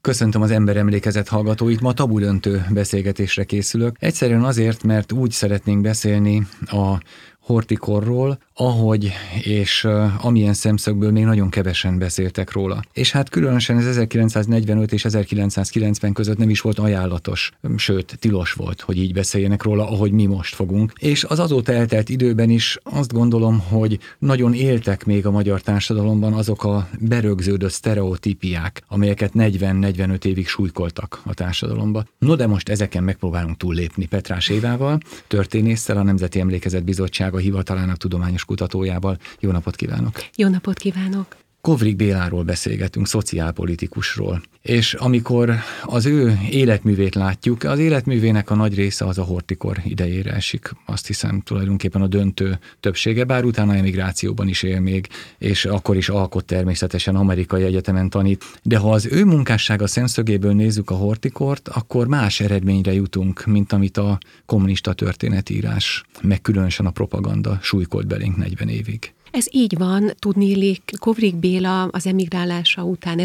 Köszöntöm az Emberemlékezet hallgatóit, ma tabudöntő beszélgetésre készülök. Egyszerűen azért, mert úgy szeretnénk beszélni a horthykorról, ahogy és amilyen szemszögből még nagyon kevesen beszéltek róla. És hát különösen ez 1945 és 1990 között nem is volt ajánlatos, sőt tilos volt, hogy így beszéljenek róla, ahogy mi most fogunk. És az azóta eltelt időben is azt gondolom, hogy nagyon éltek még a magyar társadalomban azok a berögződött sztereotípiák, amelyeket 40-45 évig súlykoltak a társadalomba. No, de most ezeken megpróbálunk túllépni Petrás Évával, történésszel, a Nemzeti Emlékezet Bizottsága hivatalának tudományos kutatójával. Jó napot kívánok! Jó napot kívánok! Kovrig Béláról beszélgetünk, szociálpolitikusról. És amikor az ő életművét látjuk, az életművének a nagy része az a horthykor idejére esik. Azt hiszem tulajdonképpen a döntő többsége, bár utána emigrációban is él még, és akkor is alkot természetesen, amerikai egyetemen tanít. De ha az ő munkássága szemszögéből nézzük a horthykort, akkor más eredményre jutunk, mint amit a kommunista történetírás, meg különösen a propaganda súlykolt belénk 40 évig. Ez így van, tudniillik, Kovrig Béla az emigrálása után,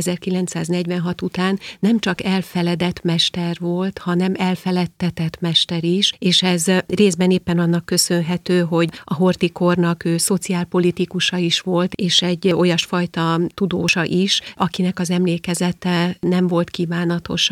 1946 után nem csak elfeledett mester volt, hanem elfeledtetett mester is, és ez részben éppen annak köszönhető, hogy a horthykornak ő szociálpolitikusa is volt, és egy olyasfajta tudósa is, akinek az emlékezete nem volt kívánatos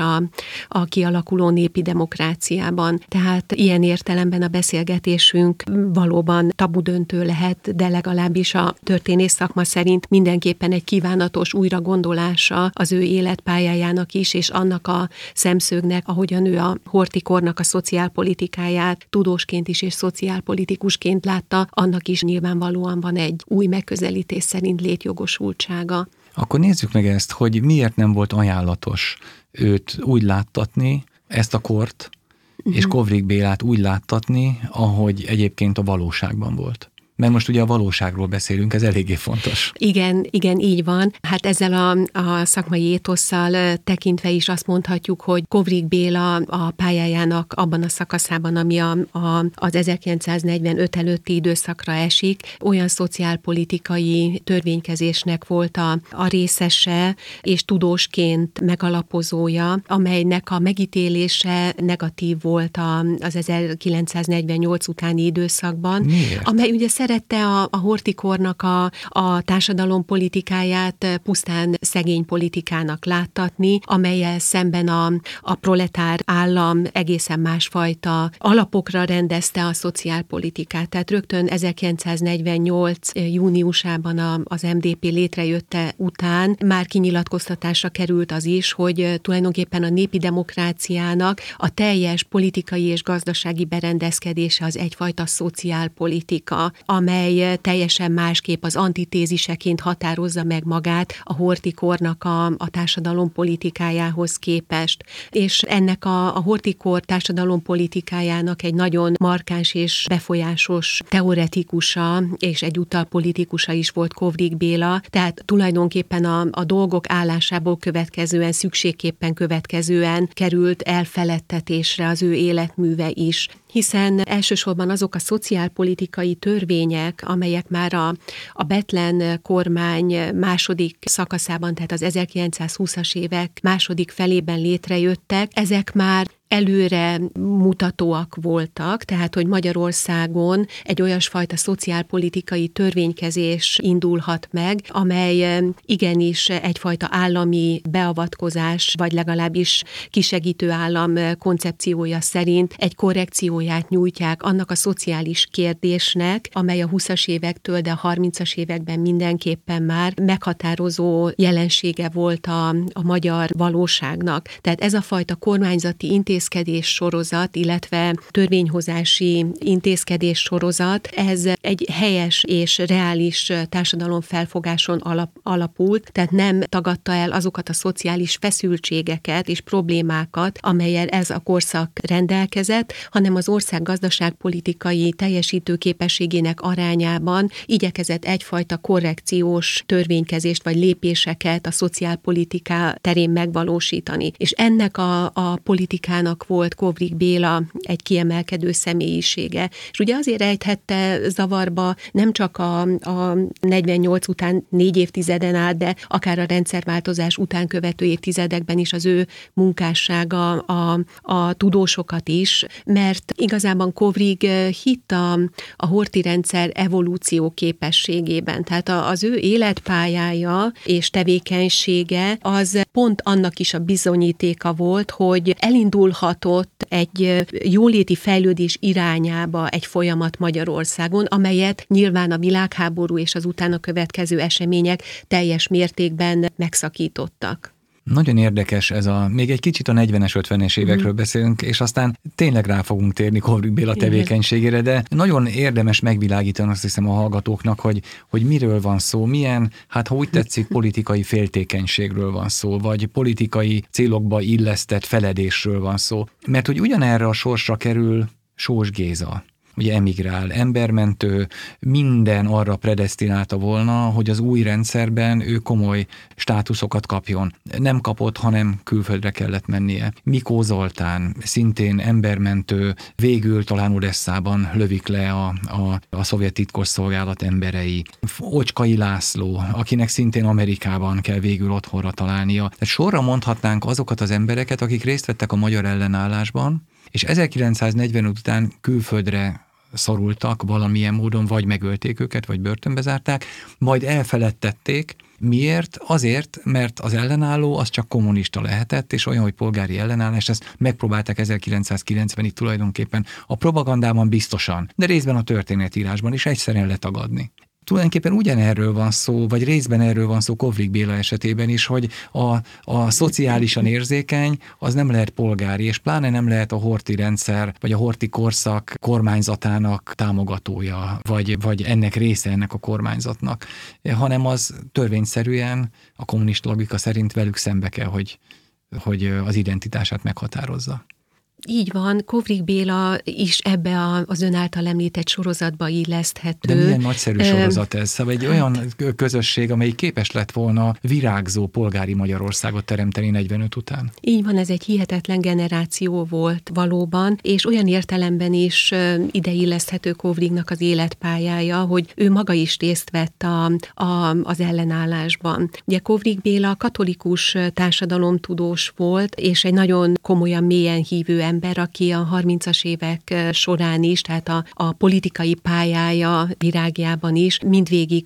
a kialakuló népi demokráciában. Tehát ilyen értelemben a beszélgetésünk valóban tabudöntő lehet, de legalábbis a történész szakma szerint mindenképpen egy kívánatos újragondolása az ő életpályájának is, és annak a szemszögnek, ahogyan ő a horthykornak a szociálpolitikáját tudósként is és szociálpolitikusként látta, annak is nyilvánvalóan van egy új megközelítés szerint létjogosultsága. Akkor nézzük meg ezt, hogy miért nem volt ajánlatos őt úgy láttatni, ezt a kort, és Kovrig Bélát úgy láttatni, ahogy egyébként a valóságban volt. Mert most ugye a valóságról beszélünk, ez eléggé fontos. Igen, így van. Hát ezzel a szakmai étosszal tekintve is azt mondhatjuk, hogy Kovrig Béla a pályájának abban a szakaszában, ami az 1945 előtti időszakra esik, olyan szociálpolitikai törvénykezésnek volt a részese, és tudósként megalapozója, amelynek a megítélése negatív volt az 1948 utáni időszakban. Miért? Amely ugye szerette a horthykornak a társadalompolitikáját pusztán szegény politikának láttatni, amellyel szemben a proletár állam egészen másfajta alapokra rendezte a szociálpolitikát. Tehát rögtön 1948. júniusában az MDP létrejötte után már kinyilatkoztatásra került az is, hogy tulajdonképpen a népi demokráciának a teljes politikai és gazdasági berendezkedése az egyfajta szociálpolitika, amely teljesen másképp az antitéziseként határozza meg magát a horthykornak a társadalompolitikájához képest. És ennek a horthykor társadalompolitikájának egy nagyon markáns és befolyásos teoretikusa, és egyúttal politikusa is volt Kovrig Béla, tehát tulajdonképpen a dolgok állásából következően, szükségképpen következően került elfeledtetésre az ő életműve is. Hiszen elsősorban azok a szociálpolitikai törvények, amelyek már a Bethlen kormány második szakaszában, tehát az 1920-as évek második felében létrejöttek, ezek már előre mutatóak voltak, tehát hogy Magyarországon egy olyasfajta szociálpolitikai törvénykezés indulhat meg, amely igenis egyfajta állami beavatkozás, vagy legalábbis kisegítő állam koncepciója szerint egy korrekcióját nyújtják annak a szociális kérdésnek, amely a 20-as évektől, de a 30-as években mindenképpen már meghatározó jelensége volt a magyar valóságnak. Tehát ez a fajta kormányzati intézkedés sorozat, illetve törvényhozási intézkedés sorozat, ez egy helyes és reális társadalomfelfogáson alapult, tehát nem tagadta el azokat a szociális feszültségeket és problémákat, amellyel ez a korszak rendelkezett, hanem az ország gazdaságpolitikai teljesítőképességének arányában igyekezett egyfajta korrekciós törvénykezést vagy lépéseket a szociálpolitika terén megvalósítani. És ennek a politikának Horthyának volt Kovrig Béla egy kiemelkedő személyisége. És ugye azért rejthette zavarba nem csak a 48 után 4 évtizeden át, de akár a rendszerváltozás után követő évtizedekben is az ő munkássága a tudósokat is, mert igazában Kovrig hitt a horthy rendszer evolúció képességében. Tehát az ő életpályája és tevékenysége az pont annak is a bizonyítéka volt, hogy elindulhatott egy jóléti fejlődés irányába egy folyamat Magyarországon, amelyet nyilván a világháború és az utána következő események teljes mértékben megszakítottak. Nagyon érdekes ez még egy kicsit a 40-es, 50-es évekről beszélünk, és aztán tényleg rá fogunk térni Kovrig Béla tevékenységére, de nagyon érdemes megvilágítani azt hiszem a hallgatóknak, hogy miről van szó, milyen, hát ha úgy tetszik, politikai féltékenységről van szó, vagy politikai célokba illesztett feledésről van szó. Mert hogy ugyanerre a sorsra kerül Sós Géza. Ugye emigrál, embermentő, minden arra predesztinálta volna, hogy az új rendszerben ő komoly státuszokat kapjon. Nem kapott, hanem külföldre kellett mennie. Mikó Zoltán, szintén embermentő, végül talán Odesszában lövik le a szovjet titkosszolgálat emberei. Ocskai László, akinek szintén Amerikában kell végül otthonra találnia. Tehát sorra mondhatnánk azokat az embereket, akik részt vettek a magyar ellenállásban, és 1940 után külföldre szorultak valamilyen módon, vagy megölték őket, vagy börtönbe zárták, majd elfeledtették. Miért? Azért, mert az ellenálló az csak kommunista lehetett, és olyan, hogy polgári ellenállás, ezt megpróbálták 1990-ig tulajdonképpen a propagandában biztosan, de részben a történetírásban is egyszerűen letagadni. Tulajdonképpen ugyanerről van szó, vagy részben erről van szó Kovrig Béla esetében is, hogy a szociálisan érzékeny az nem lehet polgári, és pláne nem lehet a horthy rendszer, vagy a horthy korszak kormányzatának támogatója, vagy ennek része ennek a kormányzatnak, hanem az törvényszerűen a kommunista logika szerint velük szembe kell, hogy az identitását meghatározza. Így van, Kovrig Béla is ebbe az ön által említett sorozatba illeszthető. De milyen nagyszerű sorozat ez. Szóval egy olyan közösség, amely képes lett volna virágzó polgári Magyarországot teremteni 45 után. Így van, ez egy hihetetlen generáció volt valóban, és olyan értelemben is ide illeszthető Kovrignak az életpályája, hogy ő maga is részt vett az ellenállásban. Ugye Kovrig Béla katolikus társadalomtudós volt, és egy nagyon komolyan mélyen hívő ember, aki a 30-as évek során is, tehát a politikai pályája virágjában is mindvégig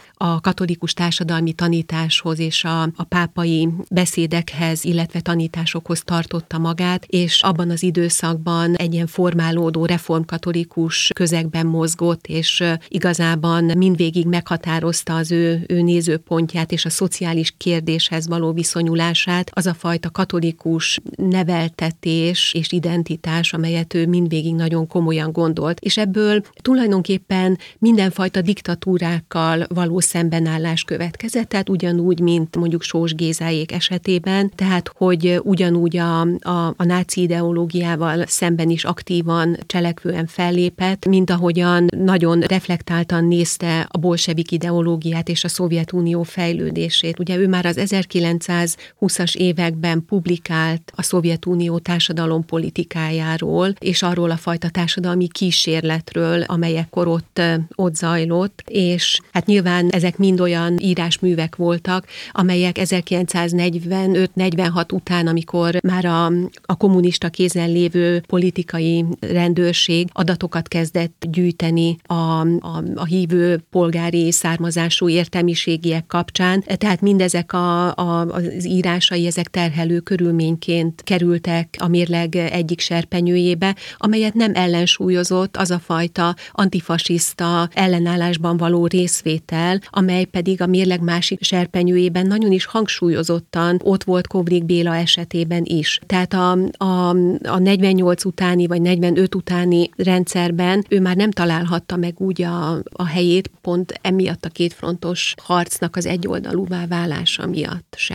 a katolikus társadalmi tanításhoz és a pápai beszédekhez, illetve tanításokhoz tartotta magát, és abban az időszakban egy ilyen formálódó reformkatolikus közegben mozgott, és igazában mindvégig meghatározta az ő nézőpontját és a szociális kérdéshez való viszonyulását, az a fajta katolikus neveltetés és identitás, amelyet ő mindvégig nagyon komolyan gondolt. És ebből tulajdonképpen mindenfajta diktatúrákkal való szembenállás következett, tehát ugyanúgy, mint mondjuk Sós Gézáék esetében, tehát hogy ugyanúgy a náci ideológiával szemben is aktívan, cselekvően fellépett, mint ahogyan nagyon reflektáltan nézte a bolsevik ideológiát és a Szovjetunió fejlődését. Ugye ő már az 1920-as években publikált a Szovjetunió társadalompolitikájáról, és arról a fajta társadalmi kísérletről, amelyekkor ott zajlott, és hát nyilván ezek mind olyan írásművek voltak, amelyek 1945-46 után, amikor már a kommunista kézen lévő politikai rendőrség adatokat kezdett gyűjteni a hívő polgári származású értelmiségiek kapcsán, tehát mindezek az írásai, ezek terhelő körülményként kerültek a mérleg egyik serpenyőjébe, amelyet nem ellensúlyozott az a fajta antifasiszta ellenállásban való részvétel, amely pedig a mérleg másik serpenyőjében nagyon is hangsúlyozottan ott volt Kovrig Béla esetében is. Tehát a 48 utáni vagy 45 utáni rendszerben ő már nem találhatta meg úgy a helyét, pont emiatt a kétfrontos harcnak az egyoldalúvá válása miatt sem.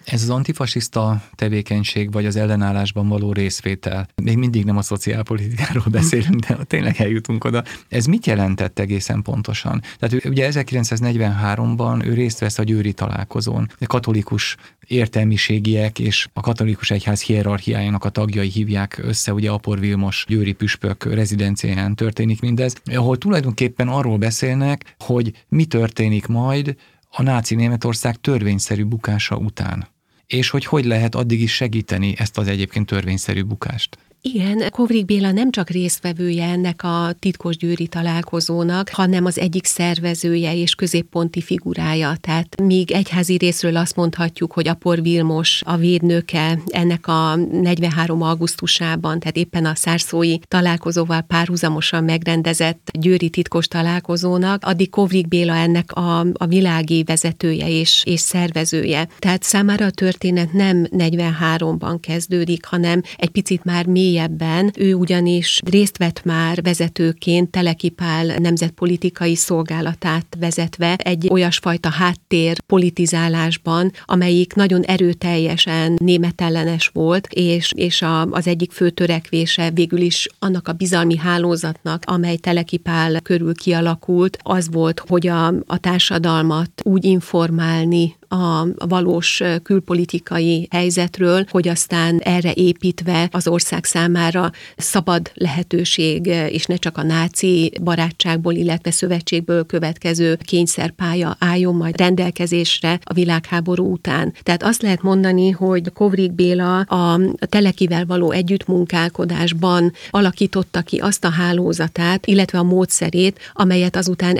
Ez az antifasiszta tevékenység, vagy az ellenállásban való részvétel, még mindig nem a szociálpolitikáról beszélünk, de tényleg eljutunk oda. Ez mit jelentett egészen pontosan? Tehát ugye 1943-ban ő részt vesz a győri találkozón. A katolikus értelmiségiek és a katolikus egyház hierarchiájának a tagjai hívják össze, ugye Apor Vilmos győri püspök rezidenciáján történik mindez, ahol tulajdonképpen arról beszélnek, hogy mi történik majd a náci Németország törvényszerű bukása után. És hogy lehet addig is segíteni ezt az egyébként törvényszerű bukást. Igen, Kovrig Béla nem csak résztvevője ennek a titkos győri találkozónak, hanem az egyik szervezője és középponti figurája. Tehát míg egyházi részről azt mondhatjuk, hogy Apor Vilmos a védnöke ennek a 43. augusztusában, tehát éppen a szárszói találkozóval párhuzamosan megrendezett győri titkos találkozónak, addig Kovrig Béla ennek a világi vezetője és szervezője. Tehát számára a történet nem 43-ban kezdődik, hanem egy picit már mélyebben. Ő ugyanis részt vett már vezetőként Teleki Pál nemzetpolitikai szolgálatát vezetve egy olyasfajta háttér politizálásban, amelyik nagyon erőteljesen németellenes volt, és az egyik fő törekvése végül is annak a bizalmi hálózatnak, amely Teleki Pál körül kialakult, az volt, hogy a társadalmat úgy informálni a valós külpolitikai helyzetről, hogy aztán erre építve az ország számára szabad lehetőség, és ne csak a náci barátságból, illetve szövetségből következő kényszerpálya álljon majd rendelkezésre a világháború után. Tehát azt lehet mondani, hogy Kovrig Béla a Telekivel való együttmunkálkodásban alakította ki azt a hálózatát, illetve a módszerét, amelyet azután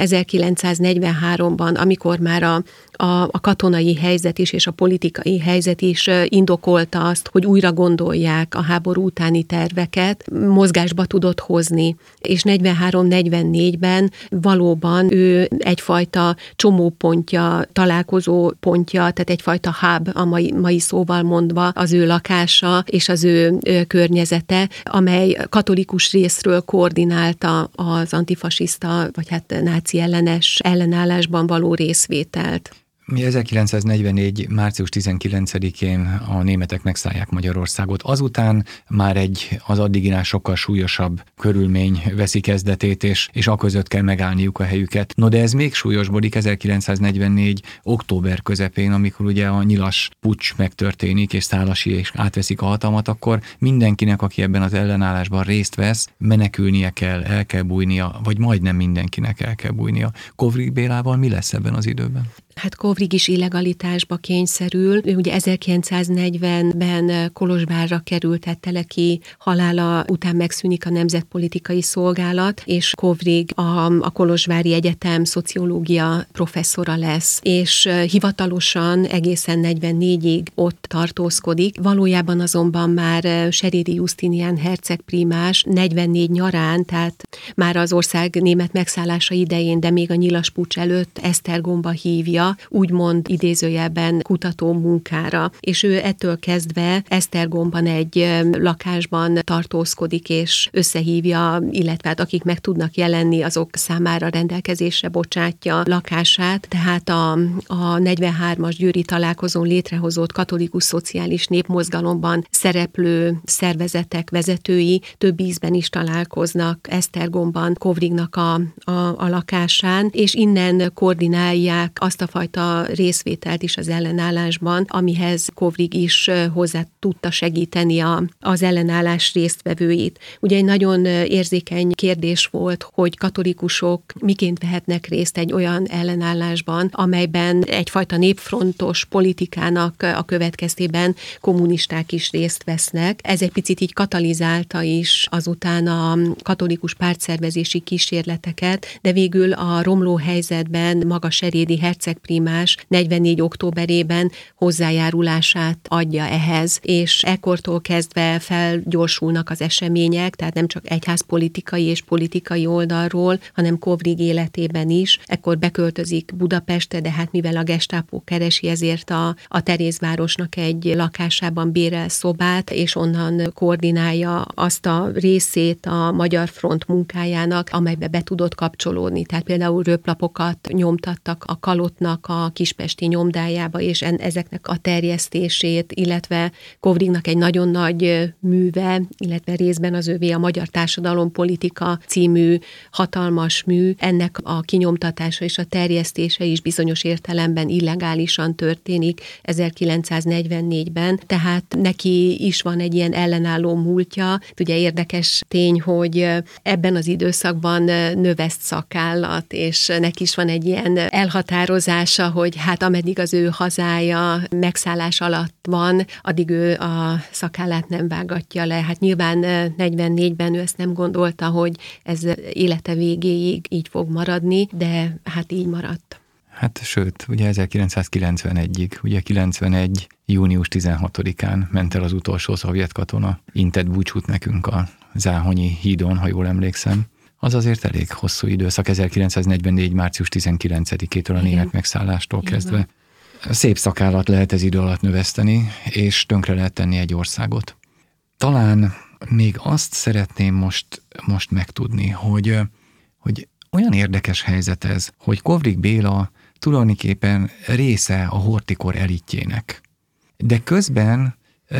1943-ban, amikor már a katonai helyzet is és a politikai helyzet is indokolta azt, hogy újra gondolják a háború utáni terveket, mozgásba tudott hozni. És 43-44-ben valóban ő egyfajta csomópontja, találkozópontja, tehát egyfajta hub, a mai szóval mondva, az ő lakása és az ő környezete, amely katolikus részről koordinálta az antifasiszta, vagy hát náci ellenes ellenállásban való részvételt. 1944. március 19-én a németek megszállják Magyarországot. Azután már az addiginál sokkal súlyosabb körülmény veszi kezdetét, és aközött kell megállniuk a helyüket. No, de ez még súlyosbodik 1944. október közepén, amikor ugye a nyilas puccs megtörténik, és Szálasi is átveszik a hatalmat, akkor mindenkinek, aki ebben az ellenállásban részt vesz, menekülnie kell, el kell bújnia, vagy majdnem mindenkinek el kell bújnia. Kovrig Bélával mi lesz ebben az időben? Hát Kovrig is illegalitásba kényszerül. Ő ugye 1940-ben Kolozsvárra került, tehát Teleki halála után megszűnik a nemzetpolitikai szolgálat, és Kovrig a Kolozsvári Egyetem szociológia professzora lesz, és hivatalosan egészen 44-ig ott tartózkodik. Valójában azonban már Serédi Justinian hercegprímás 44 nyarán, tehát már az ország német megszállása idején, de még a nyilas puccs előtt Esztergomba hívja, úgymond idézőjelben kutató munkára, és ő ettől kezdve Esztergomban egy lakásban tartózkodik, és összehívja, illetve hát akik meg tudnak jelenni, azok számára rendelkezésre bocsátja lakását, tehát a 43-as győri találkozón létrehozott katolikus szociális népmozgalomban szereplő szervezetek vezetői több ízben is találkoznak Esztergomban Kovrignak a lakásán, és innen koordinálják azt a fajta részvételt is az ellenállásban, amihez Kovrig is hozzá tudta segíteni az ellenállás résztvevőit. Ugye egy nagyon érzékeny kérdés volt, hogy katolikusok miként vehetnek részt egy olyan ellenállásban, amelyben egyfajta népfrontos politikának a következtében kommunisták is részt vesznek. Ez egy picit így katalizálta is azután a katolikus pártszervezési kísérleteket, de végül a romló helyzetben maga Serédi hercegprímás 44. októberében hozzájárulását adja ehhez, és ekkortól kezdve felgyorsulnak az események, tehát nem csak egyházpolitikai és politikai oldalról, hanem Kovrig életében is. Ekkor beköltözik Budapestre, de hát mivel a Gestapo keresi, ezért a Terézvárosnak egy lakásában bérel szobát, és onnan koordinálja azt a részét a Magyar Front munkájának, amelybe be tudott kapcsolódni. Tehát például röplapokat nyomtattak a Kalottnak Kovrignak a kispesti nyomdájába, és ezeknek a terjesztését, illetve Kovrignak egy nagyon nagy műve, illetve részben az övé a Magyar Társadalompolitika című hatalmas mű, ennek a kinyomtatása és a terjesztése is bizonyos értelemben illegálisan történik 1944-ben, tehát neki is van egy ilyen ellenálló múltja. Ugye érdekes tény, hogy ebben az időszakban növeszt szakállat, és neki is van egy ilyen elhatározása, hogy hát ameddig az ő hazája megszállás alatt van, addig ő a szakállát nem vágatja le. Hát nyilván 44-ben ő ezt nem gondolta, hogy ez élete végéig így fog maradni, de hát így maradt. Hát sőt, ugye 1991-ig, ugye 91. június 16-án ment el az utolsó szovjet katona, intett búcsút nekünk a Záhonyi hídon, ha jól emlékszem. Az azért elég hosszú időszak, 1944. március 19-től a német megszállástól kezdve. Szép szakállat lehet ez idő alatt növeszteni, és tönkre lehet tenni egy országot. Talán még azt szeretném most megtudni, hogy olyan érdekes helyzet ez, hogy Kovrig Béla tulajdonképpen része a hortikor elitjének. De közben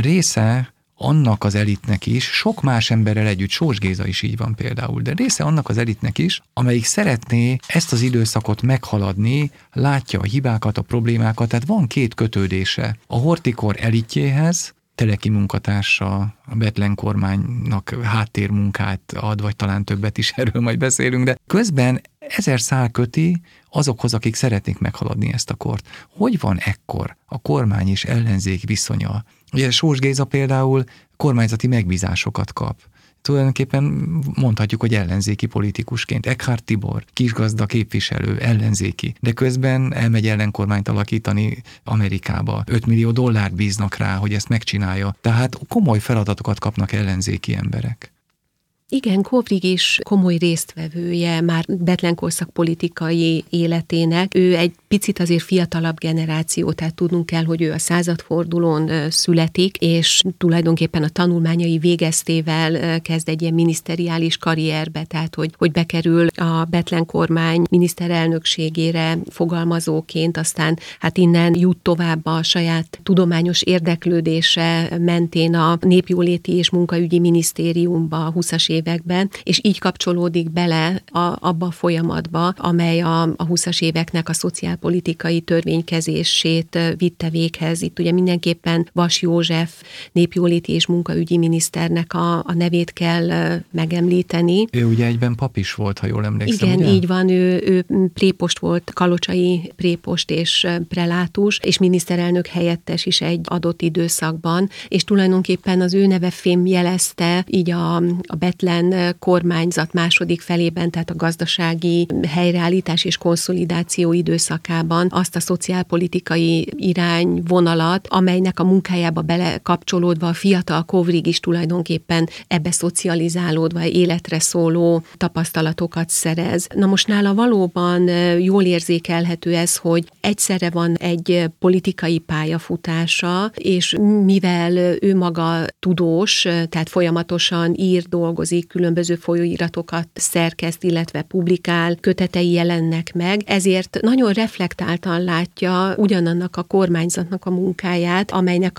része annak az elitnek is, sok más emberrel együtt, Sós Géza is így van például, de része annak az elitnek is, amelyik szeretné ezt az időszakot meghaladni, látja a hibákat, a problémákat, tehát van két kötődése a hortikor elitjéhez, Teleki munkatársa a Bethlen kormánynak háttérmunkát ad, vagy talán többet is, erről majd beszélünk, de közben ezer szál köti azokhoz, akik szeretnék meghaladni ezt a kort. Hogy van ekkor a kormány és ellenzék viszonya? Ugye Sós Géza például kormányzati megbízásokat kap. Tulajdonképpen mondhatjuk, hogy ellenzéki politikusként. Eckhard Tibor, kisgazda képviselő, ellenzéki, de közben elmegy ellenkormányt alakítani Amerikába. 5 millió dollárt bíznak rá, hogy ezt megcsinálja. Tehát komoly feladatokat kapnak ellenzéki emberek. Igen, Kovrig is komoly résztvevője már Bethlen korszak politikai életének. Ő egy picit azért fiatalabb generáció, tehát tudnunk kell, hogy ő a századfordulón születik, és tulajdonképpen a tanulmányai végeztével kezd egy ilyen miniszteriális karrierbe, tehát hogy bekerül a Bethlen kormány miniszterelnökségére fogalmazóként, aztán hát innen jut tovább a saját tudományos érdeklődése mentén a Népjóléti és Munkaügyi Minisztériumba a 20-as években, és így kapcsolódik bele abba a folyamatba, amely a 20-as éveknek a szociálpolitikai törvénykezését vitte véghez. Itt ugye mindenképpen Vas József népjóléti és munkaügyi miniszternek a nevét kell megemlíteni. Ő ugye egyben pap is volt, ha jól emlékszem. Igen, ugye? így van, ő prépost volt, kalocsai prépost és prelátus, és miniszterelnök helyettes is egy adott időszakban, és tulajdonképpen az ő neve fémjelezte így a Bethlen kormányzat második felében, tehát a gazdasági helyreállítás és konszolidáció időszakában azt a szociálpolitikai irányvonalat, amelynek a munkájába belekapcsolódva a fiatal Kovrig is tulajdonképpen ebbe szocializálódva életre szóló tapasztalatokat szerez. Na most nála valóban jól érzékelhető ez, hogy egyszerre van egy politikai pályafutása, és mivel ő maga tudós, tehát folyamatosan ír, dolgozik, különböző folyóiratokat szerkeszt, illetve publikál, kötetei jelennek meg, ezért nagyon reflektáltan látja ugyanannak a kormányzatnak a munkáját, amelynek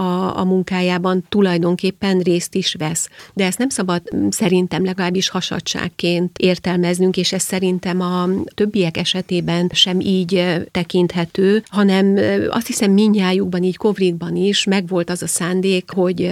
a munkájában tulajdonképpen részt is vesz. De ezt nem szabad szerintem legalábbis hasadságként értelmeznünk, és ez szerintem a többiek esetében sem így tekinthető, hanem azt hiszem mindnyájukban, így Kovrigban is megvolt az a szándék, hogy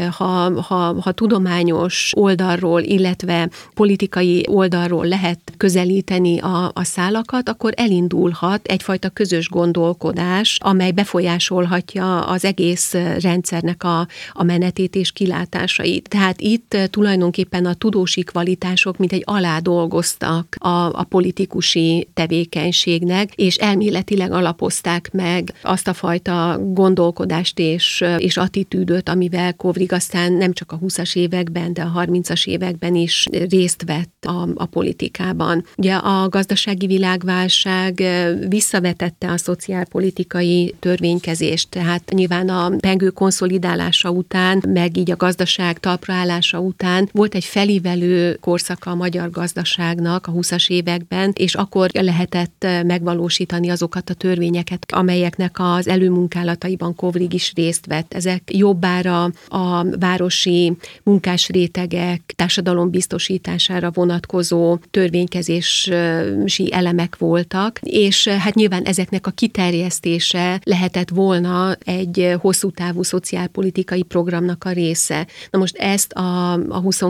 ha tudományos oldalról, illetve politikai oldalról lehet közelíteni a szálakat, akkor elindulhat egyfajta közös gondolkodás, amely befolyásolhatja az egész rendszernek a menetét és kilátásait. Tehát itt tulajdonképpen a tudósi kvalitások mint egy aládolgoztak a politikusi tevékenységnek, és elméletileg alapozták meg azt a fajta gondolkodást és attitűdöt, amivel Kovrig aztán nem csak a 20-as években, de a 30-as években években is részt vett a politikában. Ugye a gazdasági világválság visszavetette a szociálpolitikai törvénykezést, tehát nyilván a pengő konszolidálása után, meg így a gazdaság talpraállása után volt egy felívelő korszaka a magyar gazdaságnak a 20-as években, és akkor lehetett megvalósítani azokat a törvényeket, amelyeknek az előmunkálataiban Kovrig is részt vett. Ezek jobbára a városi munkásrétegek társadalombiztosítására vonatkozó törvénykezési elemek voltak, és hát nyilván ezeknek a kiterjesztése lehetett volna egy hosszú távú szociálpolitikai programnak a része. Na most ezt a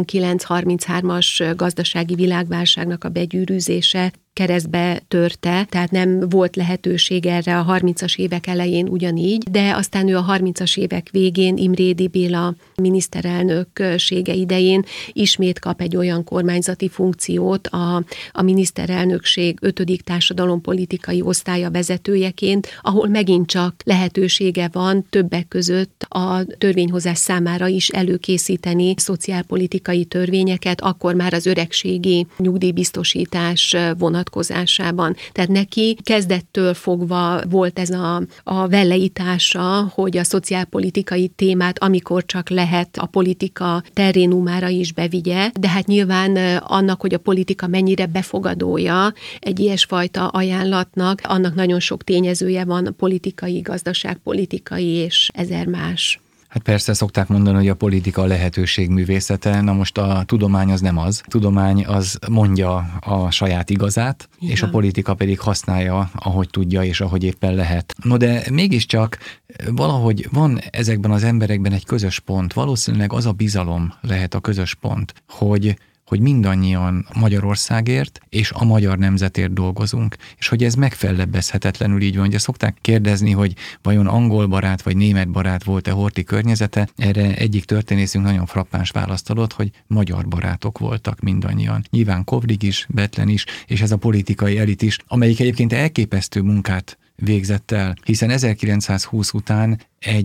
29-33-as gazdasági világválságnak a begyűrűzése keresztbe törte, tehát nem volt lehetőség erre a 30-as évek elején ugyanígy, de aztán ő a 30-as évek végén Imrédy Béla miniszterelnöksége idején ismét kap egy olyan kormányzati funkciót a miniszterelnökség 5. társadalompolitikai osztálya vezetőjeként, ahol megint csak lehetősége van többek között a törvényhozás számára is előkészíteni szociálpolitikai törvényeket, akkor már az öregségi nyugdíjbiztosítás vonatkozásában. Tehát neki kezdettől fogva volt ez a velleítása, hogy a szociálpolitikai témát, amikor csak lehet, a politika terénumára is bevigye, de hát nyilván annak, hogy a politika mennyire befogadója egy ilyesfajta ajánlatnak, annak nagyon sok tényezője van, politikai, gazdaságpolitikai és ezer más. Hát persze szokták mondani, hogy a politika a lehetőség művészete, na most a tudomány az nem az. A tudomány az mondja a saját igazát, igen, és a politika pedig használja, ahogy tudja és ahogy éppen lehet. No de mégiscsak valahogy van ezekben az emberekben egy közös pont, valószínűleg az a bizalom lehet a közös pont, hogy mindannyian Magyarországért és a magyar nemzetért dolgozunk, és hogy ez megfellebbezhetetlenül így van. Ugye szokták kérdezni, hogy vajon angol barát vagy német barát volt-e Horthy környezete, erre egyik történészünk nagyon frappáns választ adott, hogy magyar barátok voltak mindannyian. Nyilván Kovrig is, Bethlen is, és ez a politikai elit is, amelyik egyébként elképesztő munkát végzett el, hiszen 1920 után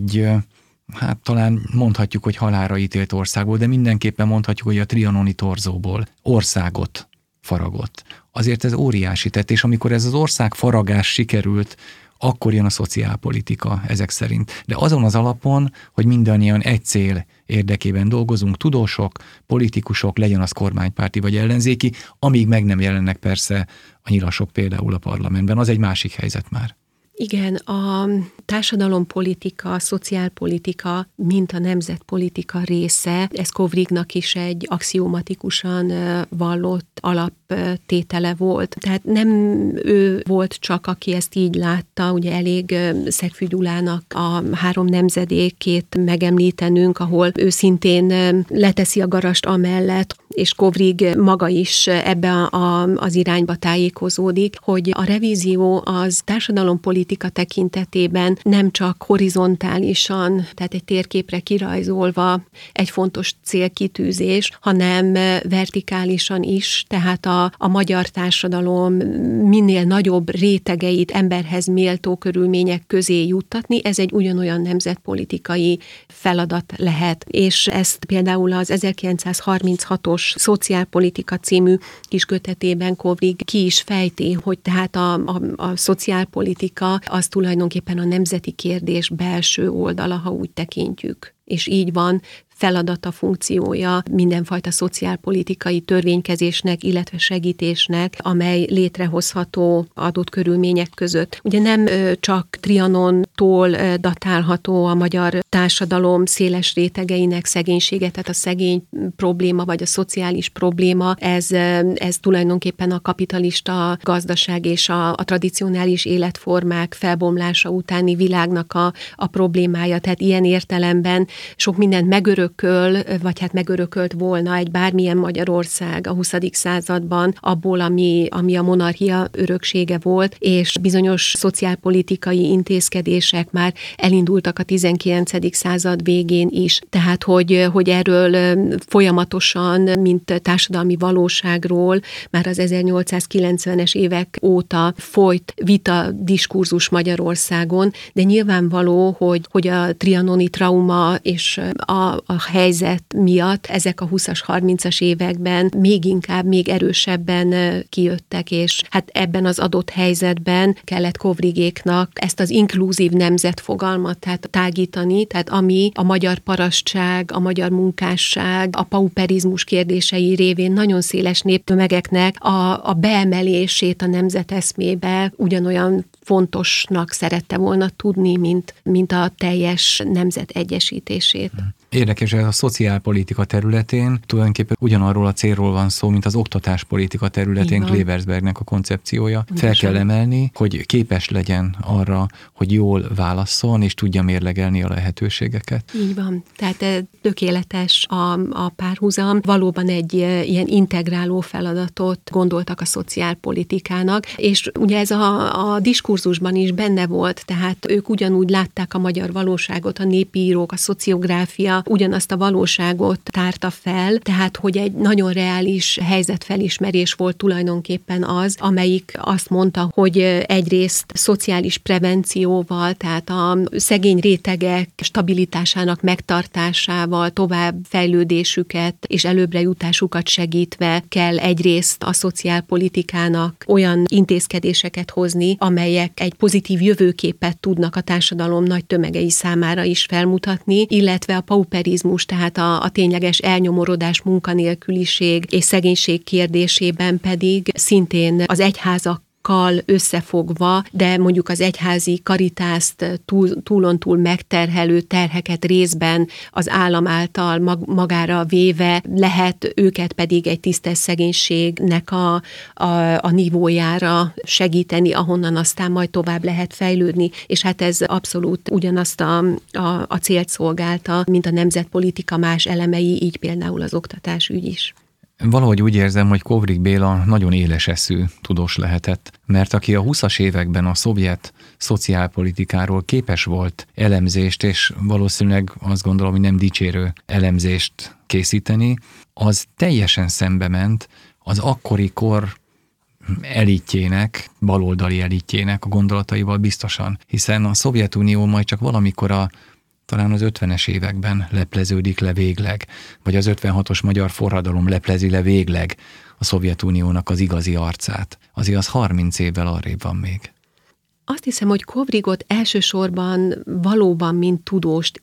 hát talán mondhatjuk, hogy halálra ítélt országból, de mindenképpen mondhatjuk, hogy a trianoni torzóból országot faragott. Azért ez óriási tett, és amikor ez az ország faragás sikerült, akkor jön a szociálpolitika ezek szerint. De azon az alapon, hogy mindannyian egy cél érdekében dolgozunk, tudósok, politikusok, legyen az kormánypárti vagy ellenzéki, amíg meg nem jelennek persze a nyilasok például a parlamentben, az egy másik helyzet már. Igen, a társadalompolitika, a szociálpolitika, mint a nemzetpolitika része, ez Kovrignak is egy axiomatikusan vallott alaptétele volt. Tehát nem ő volt csak, aki ezt így látta, ugye elég Szegfű Gyulának a 3 nemzedékét megemlítenünk, ahol ő szintén leteszi a garast amellett, és Kovrig maga is ebbe az irányba tájékozódik, hogy a revízió az társadalompolitika tekintetében nem csak horizontálisan, tehát egy térképre kirajzolva egy fontos célkitűzés, hanem vertikálisan is, tehát a magyar társadalom minél nagyobb rétegeit emberhez méltó körülmények közé juttatni, ez egy ugyanolyan nemzetpolitikai feladat lehet. És ezt például az 1936-os Szociálpolitika című kiskötetében Kovrig ki is fejti, hogy tehát a szociálpolitika az tulajdonképpen a nemzeti kérdés belső oldala, ha úgy tekintjük. És így van feladata, funkciója mindenfajta szociálpolitikai törvénykezésnek, illetve segítésnek, amely létrehozható adott körülmények között. Ugye nem csak Trianontól datálható a magyar társadalom széles rétegeinek szegénysége, tehát a szegény probléma, vagy a szociális probléma, ez tulajdonképpen a kapitalista gazdaság és a tradicionális életformák felbomlása utáni világnak a problémája. Tehát ilyen értelemben sok mindent vagy hát megörökölt volna egy bármilyen Magyarország a 20. században abból, ami a monarchia öröksége volt, és bizonyos szociálpolitikai intézkedések már elindultak a 19. század végén is. Tehát, hogy erről folyamatosan, mint társadalmi valóságról már az 1890-es évek óta folyt vita, diskurzus Magyarországon, de nyilvánvaló, hogy a trianoni trauma és a a helyzet miatt ezek a 20-as, 30-as években még inkább, még erősebben kijöttek, és hát ebben az adott helyzetben kellett Kovrigéknak ezt az inkluzív nemzetfogalmat tehát tágítani, tehát ami a magyar parasztság, a magyar munkásság, a pauperizmus kérdései révén nagyon széles néptömegeknek a beemelését a nemzeteszmébe ugyanolyan fontosnak szerette volna tudni, mint a teljes nemzet egyesítését. Érdekes, hogy a szociálpolitika területén tulajdonképpen ugyanarról a célról van szó, mint az oktatáspolitika területén Klebersbergnek a koncepciója. Fel kell emelni, hogy képes legyen arra, hogy jól válasszon, és tudja mérlegelni a lehetőségeket. Így van. Tehát tökéletes a párhuzam. Valóban egy ilyen integráló feladatot gondoltak a szociálpolitikának, és ugye ez a diskurzusban is benne volt, tehát ők ugyanúgy látták a magyar valóságot, a népírók, a szociográfia, ugyanazt a valóságot tárta fel, tehát hogy egy nagyon reális helyzetfelismerés volt tulajdonképpen az, amelyik azt mondta, hogy egyrészt szociális prevencióval, tehát a szegény rétegek stabilitásának megtartásával, tovább fejlődésüket és előbbre jutásukat segítve kell egyrészt a szociálpolitikának olyan intézkedéseket hozni, amelyek egy pozitív jövőképet tudnak a társadalom nagy tömegei számára is felmutatni, illetve a pauperizmus, tehát a tényleges elnyomorodás, munkanélküliség és szegénység kérdésében pedig szintén az egyházak összefogva, de mondjuk az egyházi karitászt túlontúl megterhelő terheket részben az állam által magára véve lehet őket pedig egy tisztes szegénységnek a nívójára segíteni, ahonnan aztán majd tovább lehet fejlődni, és hát ez abszolút ugyanazt a célt szolgálta, mint a nemzetpolitika más elemei, így például az oktatásügy is. Valahogy úgy érzem, hogy Kovrig Béla nagyon éles eszű tudós lehetett, mert aki a 20-as években a szovjet szociálpolitikáról képes volt elemzést, és valószínűleg azt gondolom, hogy nem dicsérő elemzést készíteni, az teljesen szembe ment az akkori kor elitjének, baloldali elitjének a gondolataival biztosan, hiszen a Szovjetunió majd csak valamikor talán az 50-es években lepleződik le végleg, vagy az 56-os magyar forradalom leplezi le végleg a Szovjetuniónak az igazi arcát. Azért az 30 évvel arrébb van még. Azt hiszem, hogy Kovrigot elsősorban valóban, mint tudóst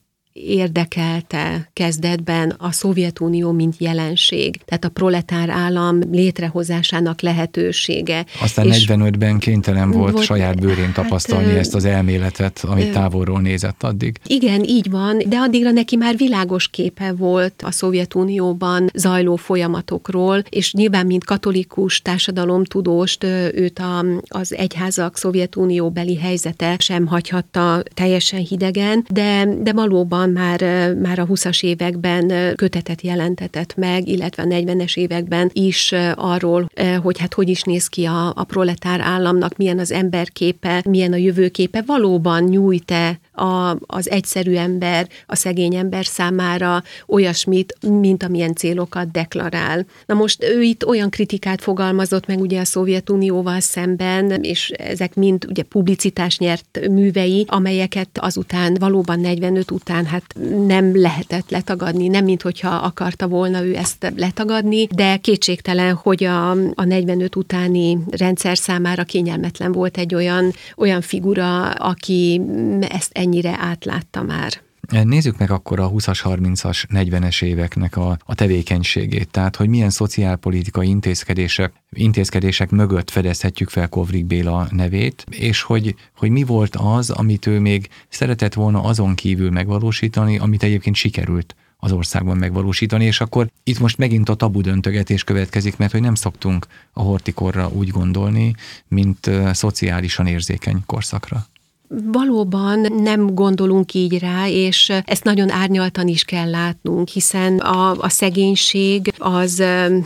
érdekelte kezdetben a Szovjetunió, mint jelenség, tehát a proletár állam létrehozásának lehetősége. Aztán 45-ben kénytelen volt saját bőrén tapasztalni ezt az elméletet, amit távolról nézett addig. Igen, így van, de addigra neki már világos képe volt a Szovjetunióban zajló folyamatokról, és nyilván, mint katolikus társadalomtudóst őt az egyházak Szovjetunióbeli helyzete sem hagyhatta teljesen hidegen, de valóban már a 20-as években kötetet jelentetett meg, illetve a 40-es években is arról, hogy hát hogy is néz ki a proletár államnak, milyen az emberképe, milyen a jövőképe, valóban nyújt-e az egyszerű ember, a szegény ember számára olyasmit, mint amilyen célokat deklarál. Na most ő itt olyan kritikát fogalmazott meg ugye a Szovjetunióval szemben, és ezek mind ugye publicitás nyert művei, amelyeket azután valóban 45 után hát nem lehetett letagadni, nem minthogyha akarta volna ő ezt letagadni, de kétségtelen, hogy a 45 utáni rendszer számára kényelmetlen volt egy olyan figura, aki ezt ennyire átlátta már. Nézzük meg akkor a 20-as, 30-as, 40-es éveknek a tevékenységét, tehát hogy milyen szociálpolitikai intézkedések mögött fedezhetjük fel Kovrig Béla nevét, és hogy mi volt az, amit ő még szeretett volna azon kívül megvalósítani, amit egyébként sikerült az országban megvalósítani, és akkor itt most megint a tabudöntögetés következik, mert hogy nem szoktunk a horthykorra úgy gondolni, mint szociálisan érzékeny korszakra. Valóban nem gondolunk így rá, és ezt nagyon árnyaltan is kell látnunk, hiszen a szegénység az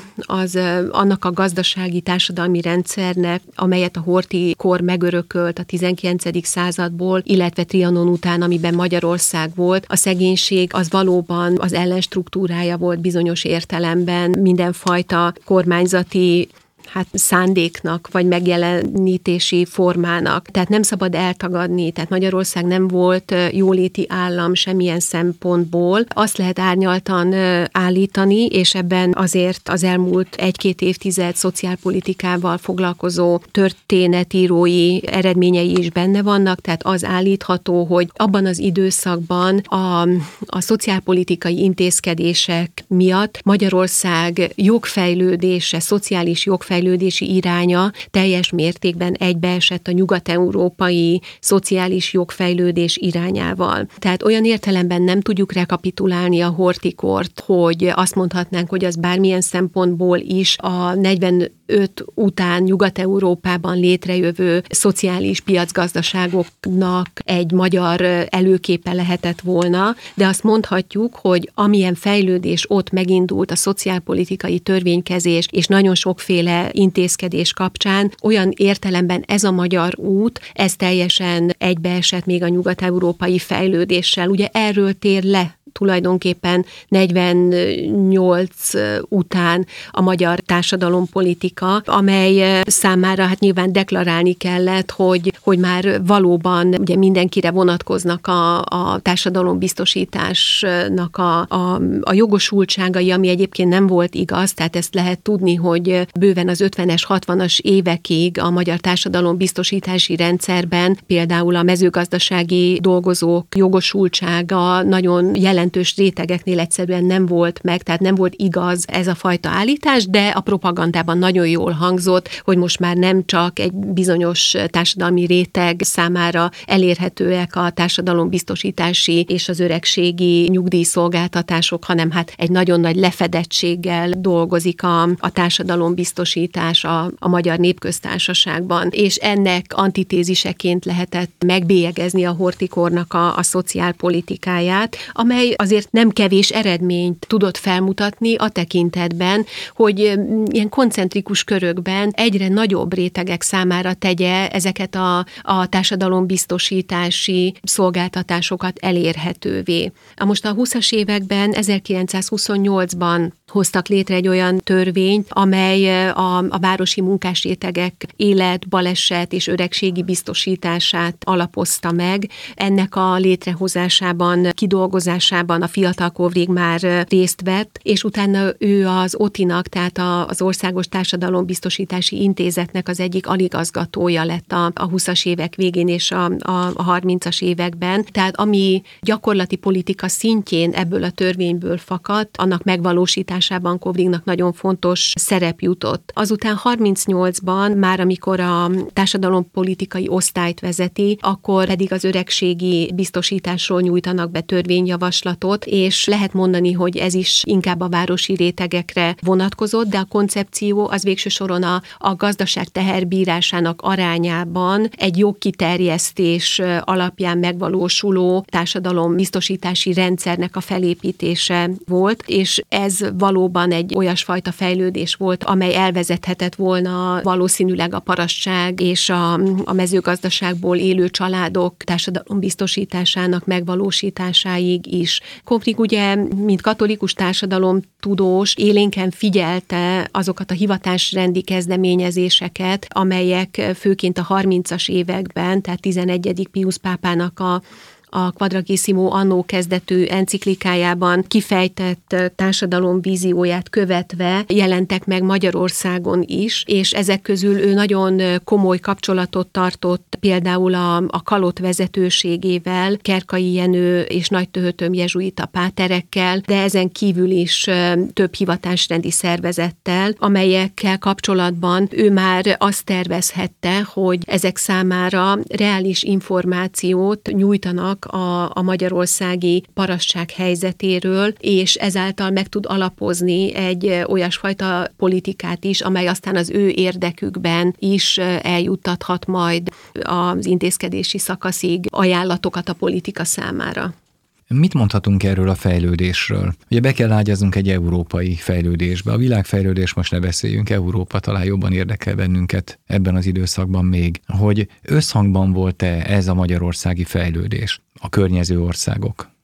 annak a gazdasági társadalmi rendszernek, amelyet a Horthy-kor megörökölt a 19. századból, illetve Trianon után, amiben Magyarország volt, a szegénység az valóban az ellenstruktúrája volt bizonyos értelemben mindenfajta kormányzati szándéknak, vagy megjelenítési formának. Tehát nem szabad eltagadni, tehát Magyarország nem volt jóléti állam semmilyen szempontból. Azt lehet árnyaltan állítani, és ebben azért az elmúlt 1-2 évtized szociálpolitikával foglalkozó történetírói eredményei is benne vannak, tehát az állítható, hogy abban az időszakban a szociálpolitikai intézkedések miatt Magyarország jogfejlődése, szociális jogfejlődési iránya teljes mértékben egybeesett a nyugat-európai szociális jogfejlődés irányával. Tehát olyan értelemben nem tudjuk rekapitulálni a horthy-kort, hogy azt mondhatnánk, hogy az bármilyen szempontból is a 45 után Nyugat-Európában létrejövő szociális piacgazdaságoknak egy magyar előképe lehetett volna, de azt mondhatjuk, hogy amilyen fejlődés ott megindult a szociálpolitikai törvénykezés és nagyon sokféle intézkedés kapcsán, olyan értelemben ez a magyar út, ez teljesen egybeesett még a nyugat-európai fejlődéssel. Ugye erről tér le tulajdonképpen 48 után a magyar társadalompolitika, amely számára nyilván deklarálni kellett, hogy már valóban ugye mindenkire vonatkoznak a társadalombiztosításnak a jogosultságai, ami egyébként nem volt igaz, tehát ezt lehet tudni, hogy bőven az 50-es, 60-as évekig a magyar társadalombiztosítási rendszerben például a mezőgazdasági dolgozók jogosultsága nagyon jelentős rétegeknél egyszerűen nem volt meg, tehát nem volt igaz ez a fajta állítás, de a propagandában nagyon jól hangzott, hogy most már nem csak egy bizonyos társadalmi réteg számára elérhetőek a társadalombiztosítási és az öregségi nyugdíjszolgáltatások, hanem egy nagyon nagy lefedettséggel dolgozik a társadalombiztosítás a Magyar Népköztársaságban, és ennek antitéziseként lehetett megbélyegezni a horthy-kornak a szociálpolitikáját, amely azért nem kevés eredményt tudott felmutatni a tekintetben, hogy ilyen koncentrikus körökben egyre nagyobb rétegek számára tegye ezeket a társadalombiztosítási szolgáltatásokat elérhetővé. Most a 20-as években, 1928-ban hoztak létre egy olyan törvényt, amely a városi munkásrétegek élet, baleset és öregségi biztosítását alapozta meg. Ennek a létrehozásában, kidolgozásában a fiatalkor rég már részt vett, és utána ő az OTI-nak, tehát az Országos Társadalombiztosítási Intézetnek az egyik aligazgatója lett a 20-as évek végén és a 30-as években. Tehát ami gyakorlati politika szintjén ebből a törvényből fakadt, annak megvalósításában Kovringnak nagyon fontos szerep jutott. Azután 38-ban, már amikor a társadalompolitikai osztályt vezeti, akkor pedig az öregségi biztosításról nyújtanak be törvényjavaslatot, és lehet mondani, hogy ez is inkább a városi rétegekre vonatkozott, de a koncepció az végső soron a gazdaság teherbírásának arányában egy jogkiterjesztés alapján megvalósuló társadalombiztosítási rendszernek a felépítése volt, és ez valóban egy olyasfajta fejlődés volt, amely elvezethetett volna valószínűleg a parasztság és a mezőgazdaságból élő családok társadalombiztosításának megvalósításáig is. Kovrig ugye, mint katolikus társadalomtudós, élénken figyelte azokat a hivatásrendi kezdeményezéseket, amelyek főként a 30-as években, tehát 11. Piusz pápának a Quadragesimo Anno kezdetű enciklikájában kifejtett társadalomvízióját követve jelentek meg Magyarországon is, és ezek közül ő nagyon komoly kapcsolatot tartott például a Kalott vezetőségével, Kerkai Jenő és Nagytöhötöm jezsuita páterekkel, de ezen kívül is több hivatásrendi szervezettel, amelyekkel kapcsolatban ő már azt tervezhette, hogy ezek számára reális információt nyújtanak a magyarországi parasztság helyzetéről, és ezáltal meg tud alapozni egy olyasfajta politikát is, amely aztán az ő érdekükben is eljuttathat majd az intézkedési szakaszig ajánlatokat a politika számára. Mit mondhatunk erről a fejlődésről? Ugye be kell ágyaznunk egy európai fejlődésbe. A világfejlődés most ne beszéljünk, Európa talán jobban érdekel bennünket ebben az időszakban még, hogy összhangban volt-e ez a magyarországi fejlődés, a környező országok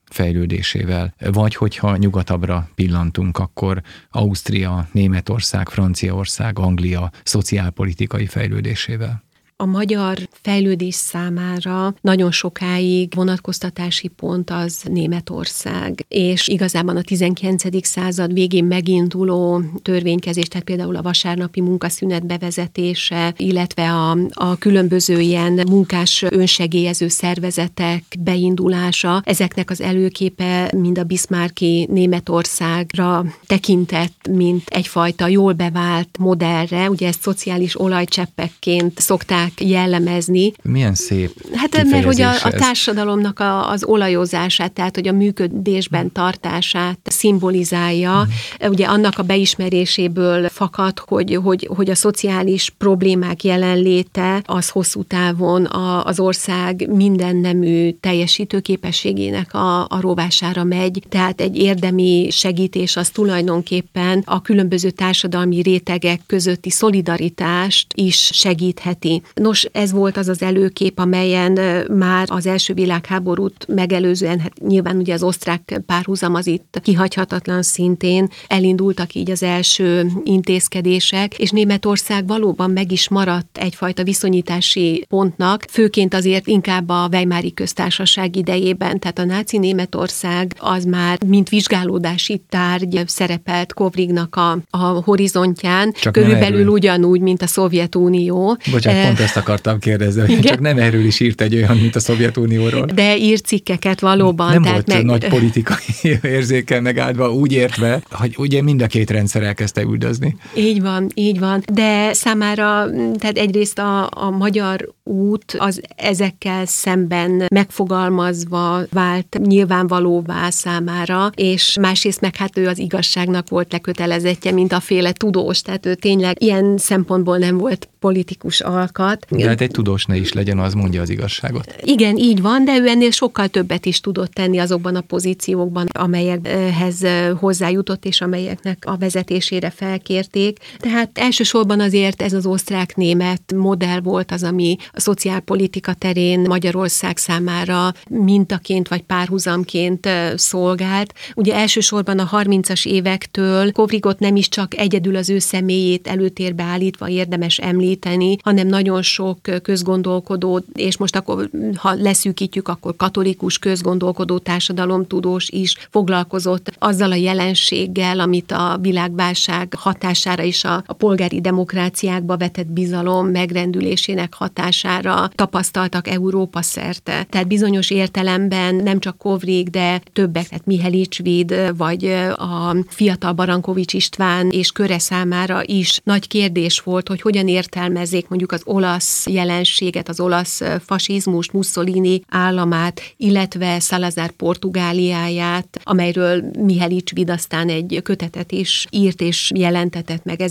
fejlődésével. Vagy hogyha nyugatabbra pillantunk, akkor Ausztria, Németország, Franciaország, Anglia szociálpolitikai fejlődésével. A magyar fejlődés számára nagyon sokáig vonatkoztatási pont az Németország, és igazában a 19. század végén meginduló törvénykezés, tehát például a vasárnapi munkaszünet bevezetése, illetve a különböző ilyen munkás önsegélyező szervezetek beindulása, ezeknek az előképe mind a bismarcki Németországra tekintett, mint egyfajta jól bevált modellre, ugye ezt szociális olajcseppekként szokták jellemezni. Milyen szép Hát mert hogy a társadalomnak az olajozását, tehát hogy a működésben tartását szimbolizálja. Ugye annak a beismeréséből fakad, hogy a szociális problémák jelenléte az hosszú távon az ország minden nemű teljesítőképességének a rovására megy. Tehát egy érdemi segítés az tulajdonképpen a különböző társadalmi rétegek közötti szolidaritást is segítheti. Nos, ez volt az az előkép, amelyen már az első világháborút megelőzően, hát nyilván ugye az osztrák párhuzam az itt kihagyhatatlan szintén, elindultak így az első intézkedések, és Németország valóban meg is maradt egyfajta viszonyítási pontnak, főként azért inkább a Weimári köztársaság idejében, tehát a náci Németország az már mint vizsgálódási tárgy szerepelt Kovrignak a horizontján, csak körülbelül ugyanúgy, mint a Szovjetunió. Bocsánat, pont ezt akartam kérdezni, hogy csak nem erről is írt egy olyan, mint a Szovjetunióról. De írt cikkeket valóban. Nem volt nagy politikai érzékel megáldva, úgy értve, hogy ugye mind a két rendszer elkezdte üldözni. Így van. De számára, tehát egyrészt a magyar út az ezekkel szemben megfogalmazva vált nyilvánvalóvá számára, és másrészt meg hát ő az igazságnak volt lekötelezettje, mint a féle tudós, tehát ő tényleg ilyen szempontból nem volt politikus alkat. De hát egy tudós ne is legyen, az mondja az igazságot. Igen, így van, de ő ennél sokkal többet is tudott tenni azokban a pozíciókban, amelyekhez hozzájutott, és amelyeknek a vezetésére felkérték. Tehát elsősorban azért ez az osztrák-német modell volt az, ami a szociálpolitika terén Magyarország számára mintaként vagy párhuzamként szolgált. Ugye elsősorban a 30-as évektől Kovrigot nem is csak egyedül az ő személyét előtérbe állítva érdemes említeni, hanem nagyon sok közgondolkodó, és most akkor, ha leszűkítjük, akkor katolikus közgondolkodó társadalomtudós is foglalkozott azzal a jelenséggel, amit a világválság hatására és a polgári demokráciákba vetett bizalom megrendülésének hatására tapasztaltak Európa szerte. Tehát bizonyos értelemben nem csak Kovrig, de többek, tehát Mihelics Vid, vagy a fiatal Barankovics István és köre számára is nagy kérdés volt, hogy hogyan értelmezzék mondjuk az olasz jelenséget, az olasz fasizmust, Mussolini államát, illetve Salazar Portugáliáját, amelyről Mihelics Vid aztán egy kötetet is írt és jelentetett meg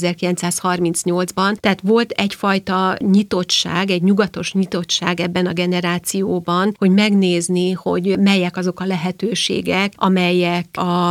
1938-ban. Tehát volt egyfajta nyitottság, egy nyugatos nyitottság ebben a generációban, hogy megnézni, hogy melyek azok a lehetőségek, amelyek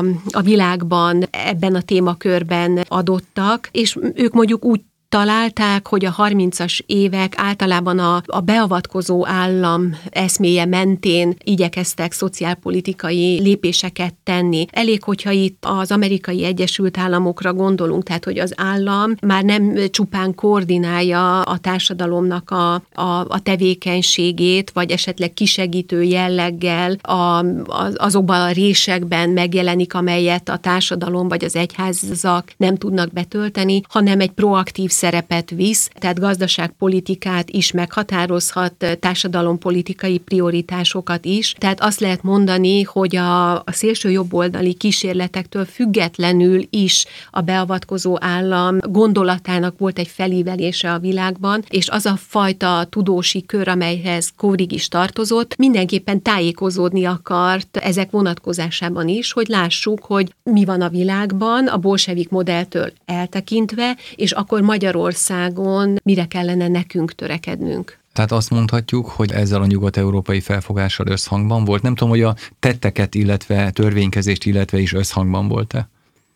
a világban ebben a témakörben adottak, és ők mondjuk úgy találták, hogy a 30-as évek általában a beavatkozó állam eszméje mentén igyekeztek szociálpolitikai lépéseket tenni. Elég, hogyha itt az Amerikai Egyesült Államokra gondolunk, tehát hogy az állam már nem csupán koordinálja a társadalomnak a tevékenységét, vagy esetleg kisegítő jelleggel azokban a résekben megjelenik, amelyet a társadalom vagy az egyházak nem tudnak betölteni, hanem egy proaktív szerepet visz, tehát gazdaságpolitikát is meghatározhat, társadalompolitikai prioritásokat is. Tehát azt lehet mondani, hogy a szélső jobboldali kísérletektől függetlenül is a beavatkozó állam gondolatának volt egy felívelése a világban, és az a fajta tudósi kör, amelyhez Kovrig is tartozott, mindenképpen tájékozódni akart ezek vonatkozásában is, hogy lássuk, hogy mi van a világban a bolsevik modelltől eltekintve, és akkor Magyarországon mire kellene nekünk törekednünk. Tehát azt mondhatjuk, hogy ezzel a nyugat-európai felfogással összhangban volt. Nem tudom, hogy a tetteket, illetve törvénykezést, illetve is összhangban volt-e?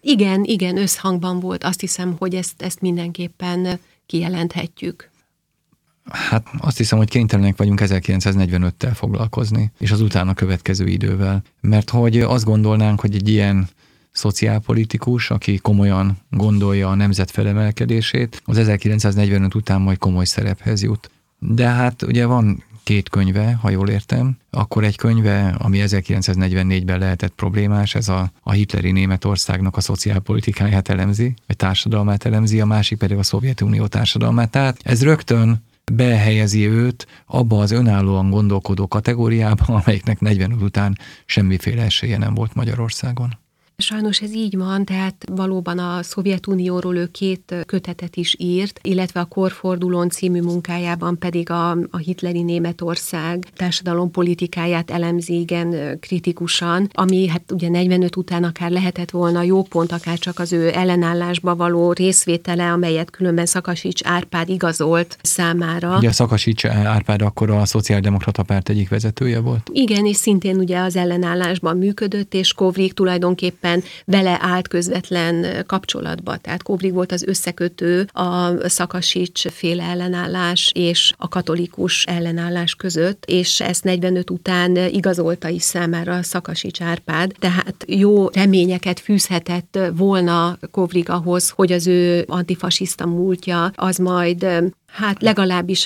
Igen, összhangban volt. Azt hiszem, hogy ezt mindenképpen kijelenthetjük. Hát azt hiszem, hogy kénytelenek vagyunk 1945-tel foglalkozni, és az utána következő idővel. Mert hogy azt gondolnánk, hogy egy ilyen szociálpolitikus, aki komolyan gondolja a nemzet felemelkedését, az 1945 után majd komoly szerephez jut. De hát ugye van 2 könyve, ha jól értem, akkor egy könyve, ami 1944-ben lehetett problémás, ez a hitleri Németországnak a szociálpolitikáját elemzi, vagy társadalmát elemzi, a másik pedig a Szovjetunió társadalmát. Tehát ez rögtön behelyezi őt abba az önállóan gondolkodó kategóriába, amelyiknek 45 után semmiféle esélye nem volt Magyarországon. Sajnos ez így van, tehát valóban a Szovjetunióról ő 2 kötetet is írt, illetve a Korfordulón című munkájában pedig a hitleri Németország társadalompolitikáját elemzi igen kritikusan, ami hát ugye 45 után akár lehetett volna jó pont, akár csak az ő ellenállásba való részvétele, amelyet különben Szakasics Árpád igazolt számára. Ugye Szakasics Árpád akkor a Szociáldemokrata Párt egyik vezetője volt? Igen, és szintén ugye az ellenállásban működött, és Kovrig tulajdonképpen vele állt közvetlen kapcsolatba. Tehát Kovrig volt az összekötő a Szakasics féle ellenállás és a katolikus ellenállás között, és ezt 45 után igazolta is számára Szakasics Árpád. Tehát jó reményeket fűzhetett volna Kovrig ahhoz, hogy az ő antifasiszta múltja az majd hát legalábbis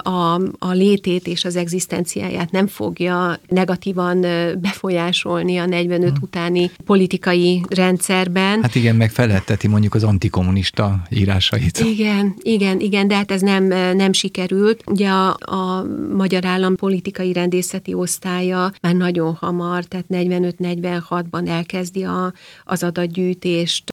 a létét és az egzisztenciáját nem fogja negatívan befolyásolni a 45 utáni politikai rendszerben. Hát igen, meg feletteti mondjuk az antikommunista írásait. Igen, de hát ez nem sikerült. Ugye a Magyar Állam politikai rendészeti osztálya már nagyon hamar, tehát 45-46-ban elkezdi az adatgyűjtést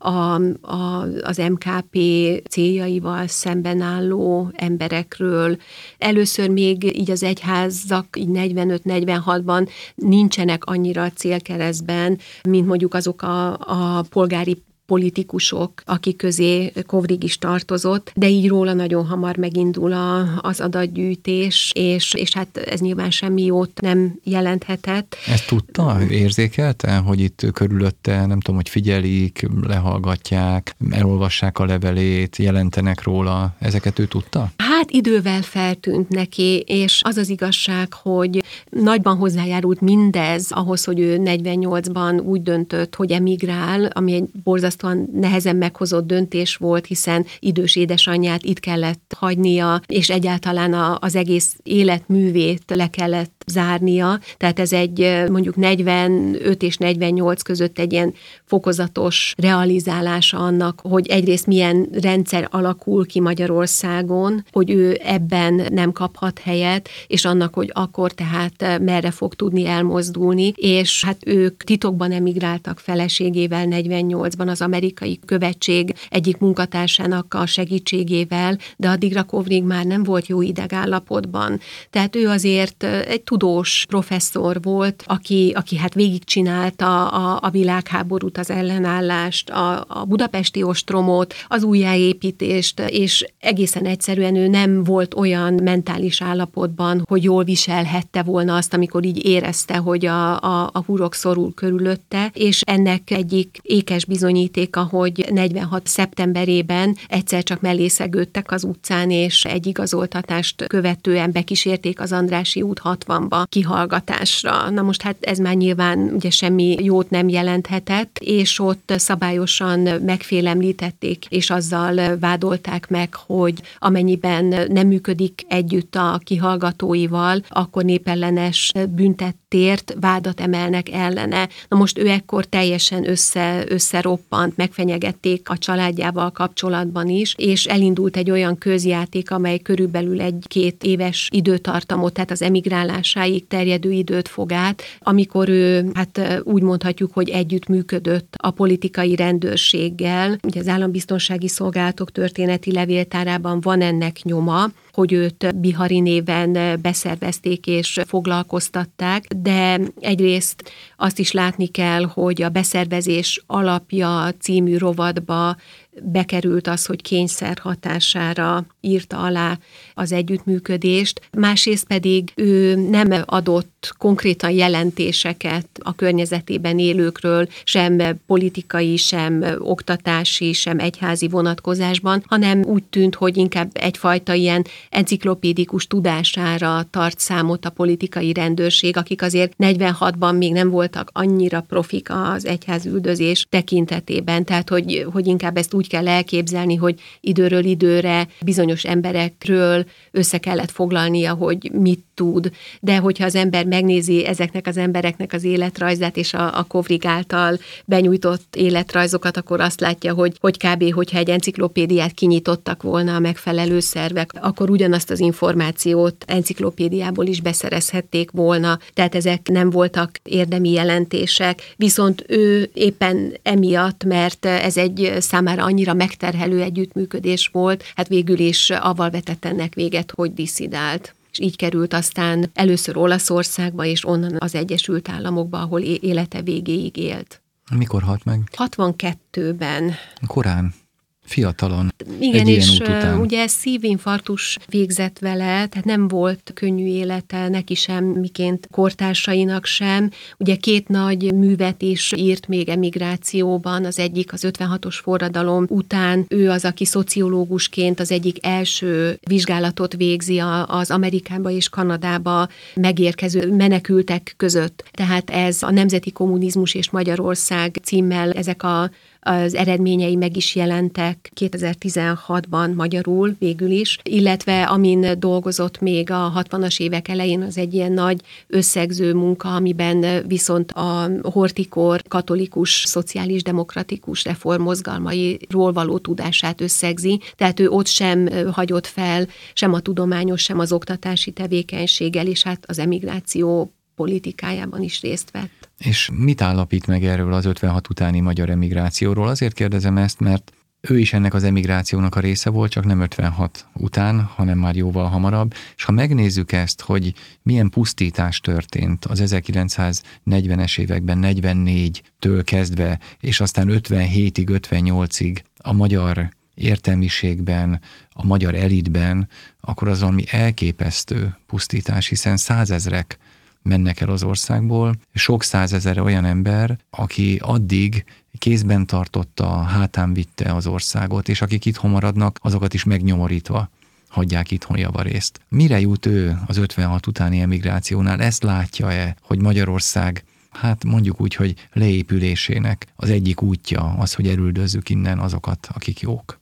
az MKP céljaival szemben álló emberekről. Először még így az egyházak így 45-46-ban nincsenek annyira a célkeresztben, mint mondjuk azok a polgári politikusok, akik közé Kovrig is tartozott, de így róla nagyon hamar megindul az adatgyűjtés, és hát ez nyilván semmi jót nem jelenthetett. Ezt tudta, érzékelte, hogy itt körülötte, nem tudom, hogy figyelik, lehallgatják, elolvassák a levelét, jelentenek róla, ezeket ő tudta? Hát idővel feltűnt neki, és az az igazság, hogy nagyban hozzájárult mindez ahhoz, hogy ő 48-ban úgy döntött, hogy emigrál, ami egy borzasztóan nehezen meghozott döntés volt, hiszen idős édesanyját itt kellett hagynia, és egyáltalán az egész életművét le kellett zárnia. Tehát ez egy mondjuk 45 és 48 között egy ilyen fokozatos realizálása annak, hogy egyrészt milyen rendszer alakul ki Magyarországon, hogy ő ebben nem kaphat helyet, és annak, hogy akkor tehát merre fog tudni elmozdulni, és hát ők titokban emigráltak feleségével 48-ban az amerikai követség egyik munkatársának a segítségével, de addigra Kovrig már nem volt jó idegállapotban. Tehát ő azért egy tudós professzor volt, aki hát végigcsinálta a világháborút, az ellenállást, a budapesti ostromot, az újjáépítést, és egészen egyszerűen ő nem volt olyan mentális állapotban, hogy jól viselhette volna azt, amikor így érezte, hogy a hurok szorul körülötte, és ennek egyik ékes bizonyítéka, hogy 46. szeptemberében egyszer csak mellé szegődtek az utcán, és egy igazoltatást követően bekísérték az Andrássy út 60-ba kihallgatásra. Na most hát ez már nyilván ugye semmi jót nem jelenthetett, és ott szabályosan megfélemlítették, és azzal vádolták meg, hogy amennyiben nem működik együtt a kihallgatóival, akkor népellenes büntettért vádat emelnek ellene. Na most ő ekkor teljesen összeroppant, megfenyegették a családjával kapcsolatban is, és elindult egy olyan közjáték, amely körülbelül 1-2 éves időtartamot, tehát az emigrálásáig terjedő időt fog át, amikor ő, hát úgy mondhatjuk, hogy együttműködött a politikai rendőrséggel. Ugye az Állambiztonsági Szolgálatok történeti levéltárában van ennek nyoma, hogy őt Bihari néven beszervezték és foglalkoztatták, de egyrészt azt is látni kell, hogy a Beszervezés alapja című rovatba bekerült az, hogy kényszer hatására írta alá az együttműködést, másrészt pedig ő nem adott konkrétan jelentéseket a környezetében élőkről, sem politikai, sem oktatási, sem egyházi vonatkozásban, hanem úgy tűnt, hogy inkább egyfajta ilyen enciklopédikus tudására tart számot a politikai rendőrség, akik azért 46-ban még nem voltak annyira profik az egyházüldözés tekintetében, tehát hogy inkább ezt úgy kell elképzelni, hogy időről időre bizonyos emberekről össze kellett foglalnia, hogy mit tud, de hogyha az ember megnézi ezeknek az embereknek az életrajzát és a Kovrig által benyújtott életrajzokat, akkor azt látja, hogy kb. Hogyha egy enciklopédiát kinyitottak volna a megfelelő szervek, akkor ugyanazt az információt enciklopédiából is beszerezhették volna, tehát ezek nem voltak érdemi jelentések, viszont ő éppen emiatt, mert ez egy számára annyira megterhelő együttműködés volt, hát végül is avval vetett ennek véget, hogy disszidált. És így került aztán először Olaszországba, és onnan az Egyesült Államokba, ahol élete végéig élt. Mikor halt meg? 62-ben. Korán. Fiatalon. Igen, és ugye szívinfarktus végzett vele, tehát nem volt könnyű élete neki sem, miként kortársainak sem. Ugye 2 nagy művet is írt még emigrációban, az egyik az 56-os forradalom után. Ő az, aki szociológusként az egyik első vizsgálatot végzi az Amerikába és Kanadába megérkező menekültek között. Tehát ez a Nemzeti Kommunizmus és Magyarország címmel ezek az eredményei meg is jelentek 2016-ban magyarul végül is, illetve amin dolgozott még a 60-as évek elején, az egy ilyen nagy összegző munka, amiben viszont a horthy-kor katolikus, szociális-demokratikus reformmozgalmairól való tudását összegzi, tehát ő ott sem hagyott fel, sem a tudományos, sem az oktatási tevékenységgel, és hát az emigráció politikájában is részt vett. És mit állapít meg erről az 56 utáni magyar emigrációról? Azért kérdezem ezt, mert ő is ennek az emigrációnak a része volt, csak nem 56 után, hanem már jóval hamarabb. És ha megnézzük ezt, hogy milyen pusztítás történt az 1940-es években, 44-től kezdve, és aztán 57-ig, 58-ig a magyar értelmiségben, a magyar elitben, akkor az valami elképesztő pusztítás, hiszen 100 000 mennek el az országból, sok 100 000 olyan ember, aki addig kézben tartotta, hátán vitte az országot, és akik itthon maradnak, azokat is megnyomorítva hagyják itthon javarészt. Mire jut ő az 56 utáni emigrációnál? Ezt látja-e, hogy Magyarország, hát mondjuk úgy, hogy leépülésének az egyik útja az, hogy elüldözzük innen azokat, akik jók?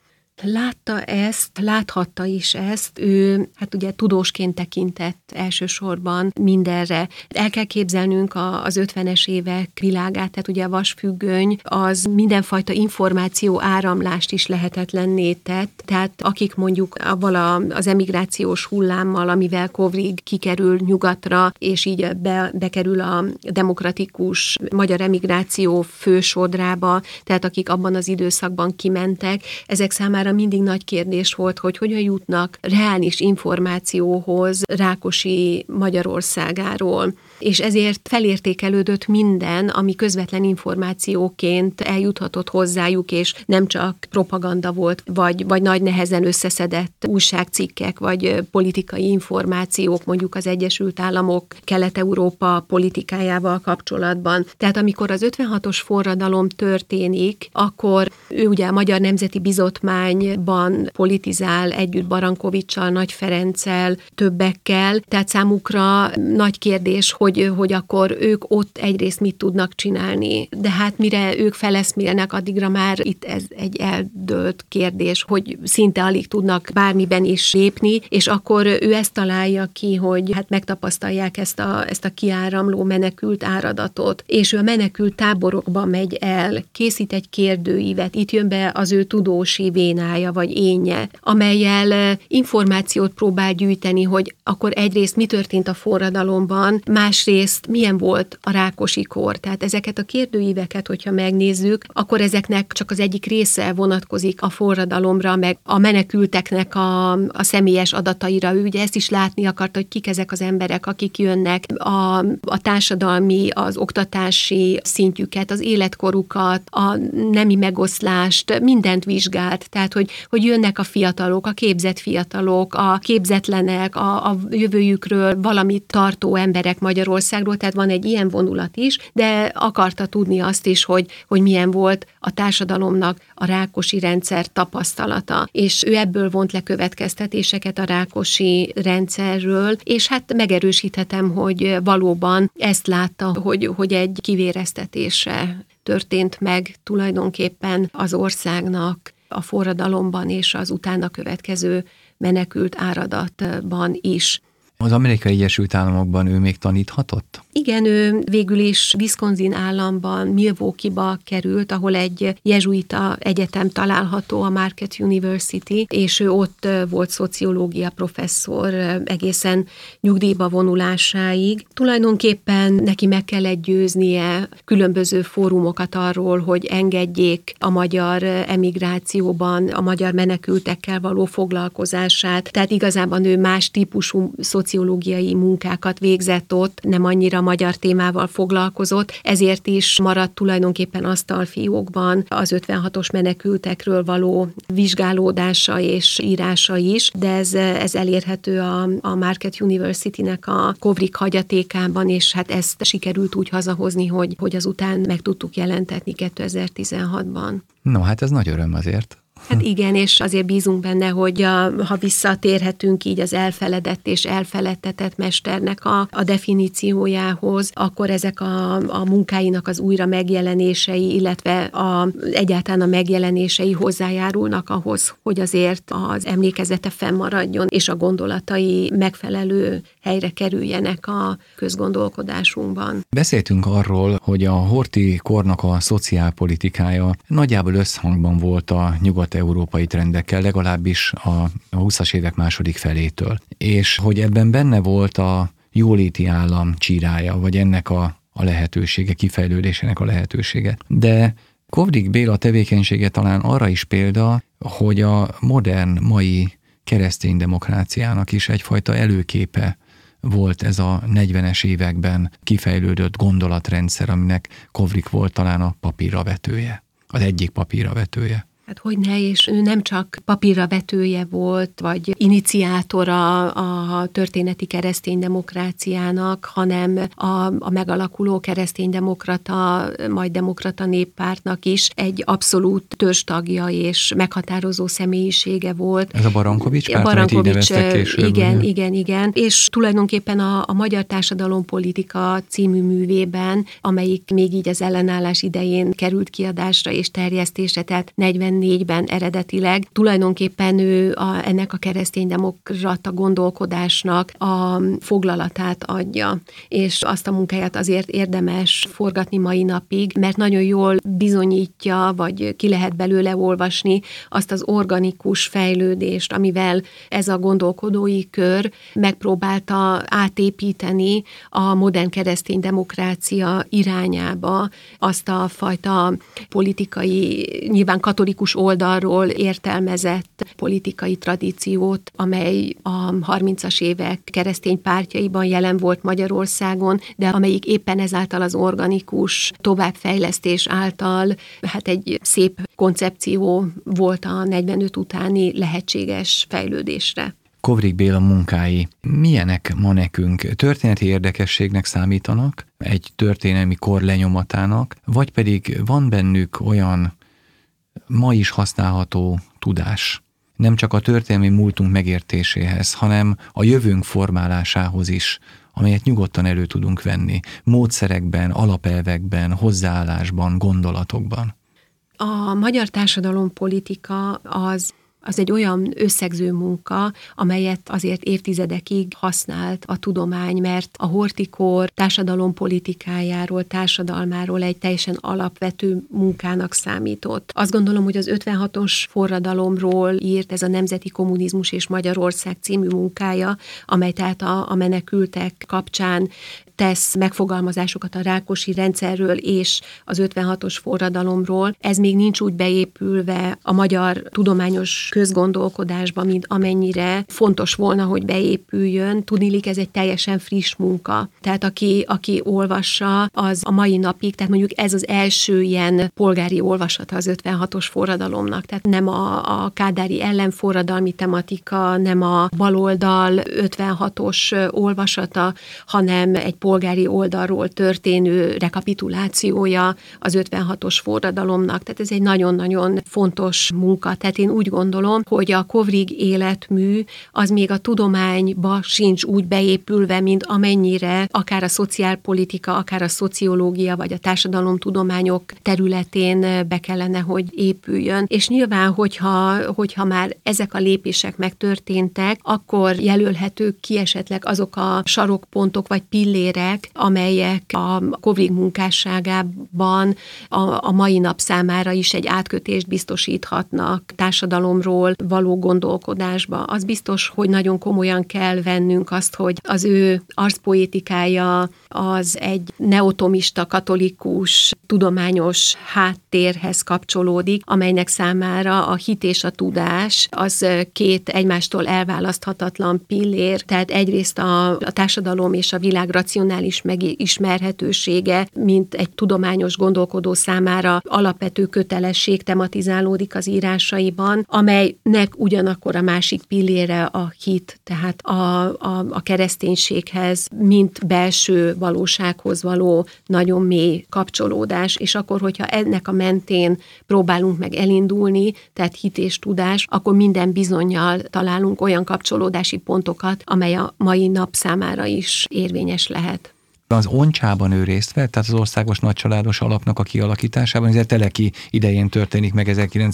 Látta ezt, láthatta is ezt, ő hát ugye tudósként tekintett elsősorban mindenre. El kell képzelnünk az 50-es évek világát, tehát ugye a vasfüggöny az mindenfajta információ áramlást is lehetetlenné tett, tehát akik mondjuk avval az emigrációs hullámmal, amivel Kovrig kikerül nyugatra, és így bekerül a demokratikus magyar emigráció fősodrába, tehát akik abban az időszakban kimentek, ezek számára mindig nagy kérdés volt, hogy hogyan jutnak reális információhoz Rákosi Magyarországáról. És ezért felértékelődött minden, ami közvetlen információként eljuthatott hozzájuk, és nem csak propaganda volt, vagy nagy nehezen összeszedett újságcikkek, vagy politikai információk, mondjuk az Egyesült Államok, Kelet-Európa politikájával kapcsolatban. Tehát amikor az 56-os forradalom történik, akkor ő ugye a Magyar Nemzeti Bizottmányban politizál együtt Barankovics-sal, Nagy Ferenccel, többekkel, tehát számukra nagy kérdés, hogy akkor ők ott egyrészt mit tudnak csinálni. De hát mire ők feleszmélnek, addigra már itt ez egy eldőlt kérdés, hogy szinte alig tudnak bármiben is lépni, és akkor ő ezt találja ki, hogy hát megtapasztalják ezt a kiáramló menekült áradatot, és ő a menekült táborokba megy el, készít egy kérdőívet, itt jön be az ő tudósi vénája vagy énje, amellyel információt próbál gyűjteni, hogy akkor egyrészt mi történt a forradalomban, másrészt milyen volt a Rákosi-kor. Tehát ezeket a kérdőíveket, hogyha megnézzük, akkor ezeknek csak az egyik része vonatkozik a forradalomra, meg a menekülteknek a személyes adataira. Ő ugye ezt is látni akart, hogy kik ezek az emberek, akik jönnek, a társadalmi, az oktatási szintjüket, az életkorukat, a nemi megoszlást, mindent vizsgált. Tehát, hogy jönnek a fiatalok, a képzett fiatalok, a képzetlenek, a jövőjükről valamit tartó emberek Magyarországon, Magyarországról, tehát van egy ilyen vonulat is, de akarta tudni azt is, hogy milyen volt a társadalomnak a Rákosi rendszer tapasztalata, és ő ebből vont le következtetéseket a Rákosi rendszerről, és hát megerősíthetem, hogy valóban ezt látta, hogy egy kivéreztetése történt meg tulajdonképpen az országnak a forradalomban és az utána következő menekült áradatban is. Az Amerikai Egyesült Államokban ő még taníthatott? Igen, ő végül is Wisconsin államban, Milwaukee-ba került, ahol egy jezsuita egyetem található, a Marquette University, és ő ott volt szociológia professzor egészen nyugdíjba vonulásáig. Tulajdonképpen neki meg kellett győznie különböző fórumokat arról, hogy engedjék a magyar emigrációban a magyar menekültekkel való foglalkozását. Tehát igazában ő más típusú szociológiai munkákat végzett ott, nem annyira magyar témával foglalkozott, ezért is maradt tulajdonképpen asztalfiókban az 56-os menekültekről való vizsgálódása és írása is, de ez elérhető a Marquette University-nek a Kovrig hagyatékában, és hát ezt sikerült úgy hazahozni, hogy azután meg tudtuk jelentetni 2016-ban. No, hát ez nagy öröm azért. Hát igen, és azért bízunk benne, hogy ha visszatérhetünk így az elfeledett és elfeledtetett mesternek a definíciójához, akkor ezek a munkáinak az újra megjelenései, illetve egyáltalán a megjelenései hozzájárulnak ahhoz, hogy azért az emlékezete fennmaradjon, és a gondolatai megfelelő helyre kerüljenek a közgondolkodásunkban. Beszéltünk arról, hogy a Horthy kornak a szociálpolitikája nagyjából összhangban volt a nyugat-európai trendekkel, legalábbis a 20-as évek második felétől. És hogy ebben benne volt a jóléti állam csírája, vagy ennek a lehetősége, kifejlődésének a lehetősége. De Kovrig Béla tevékenysége talán arra is példa, hogy a modern, mai keresztény demokráciának is egyfajta előképe volt ez a 40-es években kifejlődött gondolatrendszer, aminek Kovrig volt talán a papírra vetője, az egyik papírra vetője. Hát hogyne, és ő nem csak papírra vetője volt, vagy iniciátora a történeti kereszténydemokráciának, hanem a megalakuló kereszténydemokrata, majd demokrata néppártnak is egy abszolút törzstagja és meghatározó személyisége volt. Ez a Barankovics párt, amit így neveztek később. Igen. És tulajdonképpen a Magyar Társadalompolitika című művében, amelyik még így az ellenállás idején került kiadásra és terjesztésre, tehát 44-ben eredetileg. Tulajdonképpen ő ennek a kereszténydemokrata gondolkodásnak a foglalatát adja, és azt a munkáját azért érdemes forgatni mai napig, mert nagyon jól bizonyítja, vagy ki lehet belőle olvasni azt az organikus fejlődést, amivel ez a gondolkodói kör megpróbálta átépíteni a modern kereszténydemokrácia irányába azt a fajta politikai, nyilván katolikus oldalról értelmezett politikai tradíciót, amely a 30-as évek keresztény pártjaiban jelen volt Magyarországon, de amelyik éppen ezáltal az organikus továbbfejlesztés által hát egy szép koncepció volt a 45 utáni lehetséges fejlődésre. Kovrig Béla munkái milyenek ma nekünk? Történeti érdekességnek számítanak, egy történelmi kor lenyomatának, vagy pedig van bennük olyan ma is használható tudás, nem csak a történelmi múltunk megértéséhez, hanem a jövőnk formálásához is, amelyet nyugodtan elő tudunk venni, módszerekben, alapelvekben, hozzáállásban, gondolatokban. A magyar társadalompolitika az egy olyan összegző munka, amelyet azért évtizedekig használt a tudomány, mert a Horthy kor társadalompolitikájáról, társadalmáról egy teljesen alapvető munkának számított. Azt gondolom, hogy az 56-os forradalomról írt ez a Nemzeti Kommunizmus és Magyarország című munkája, amely tehát a menekültek kapcsán tesz megfogalmazásokat a Rákosi rendszerről és az 56-os forradalomról. Ez még nincs úgy beépülve a magyar tudományos közgondolkodásba, mint amennyire fontos volna, hogy beépüljön. Tudniillik, ez egy teljesen friss munka. Tehát aki olvassa, az a mai napig, tehát mondjuk ez az első ilyen polgári olvasata az 56-os forradalomnak. Tehát nem a kádári ellenforradalmi tematika, nem a baloldal 56-os olvasata, hanem egy polgári oldalról történő rekapitulációja az 56-os forradalomnak. Tehát ez egy nagyon-nagyon fontos munka. Tehát én úgy gondolom, hogy a Kovrig életmű az még a tudományba sincs úgy beépülve, mint amennyire akár a szociálpolitika, akár a szociológia, vagy a társadalomtudományok területén be kellene, hogy épüljön. És nyilván, hogyha már ezek a lépések megtörténtek, akkor jelölhetők ki esetleg azok a sarokpontok vagy pillérek, amelyek a Kovrig munkásságában a mai nap számára is egy átkötést biztosíthatnak társadalomról való gondolkodásba. Az biztos, hogy nagyon komolyan kell vennünk azt, hogy az ő arszpoétikája az egy neotomista, katolikus, tudományos háttérhez kapcsolódik, amelynek számára a hit és a tudás az két egymástól elválaszthatatlan pillér, tehát egyrészt a társadalom és a világ racionális megismerhetősége, mint egy tudományos gondolkodó számára alapvető kötelesség tematizálódik az írásaiban, amelynek ugyanakkor a másik pillére a hit, tehát a kereszténységhez, mint belső valósághoz való nagyon mély kapcsolódás, és akkor, hogyha ennek a mentén próbálunk meg elindulni, tehát hit és tudás, akkor minden bizonnyal találunk olyan kapcsolódási pontokat, amely a mai nap számára is érvényes lehet. Az Oncsában ő részt vett, tehát az Országos Nagycsaládos Alapnak a kialakításában, ez Teleki idején történik meg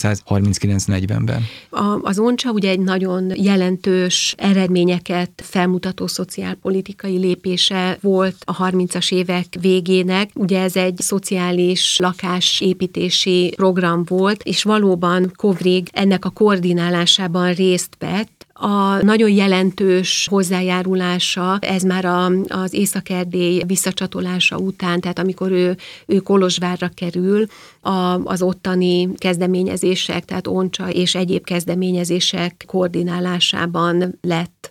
1939-40-ben. Az Oncsa ugye egy nagyon jelentős eredményeket felmutató szociálpolitikai lépése volt a 30-as évek végének. Ugye ez egy szociális lakásépítési program volt, és valóban Kovrig ennek a koordinálásában részt vett. A nagyon jelentős hozzájárulása, ez már az Észak-Erdély visszacsatolása után, tehát amikor ő Kolozsvárra kerül, az ottani kezdeményezések, tehát Oncsa és egyéb kezdeményezések koordinálásában lett.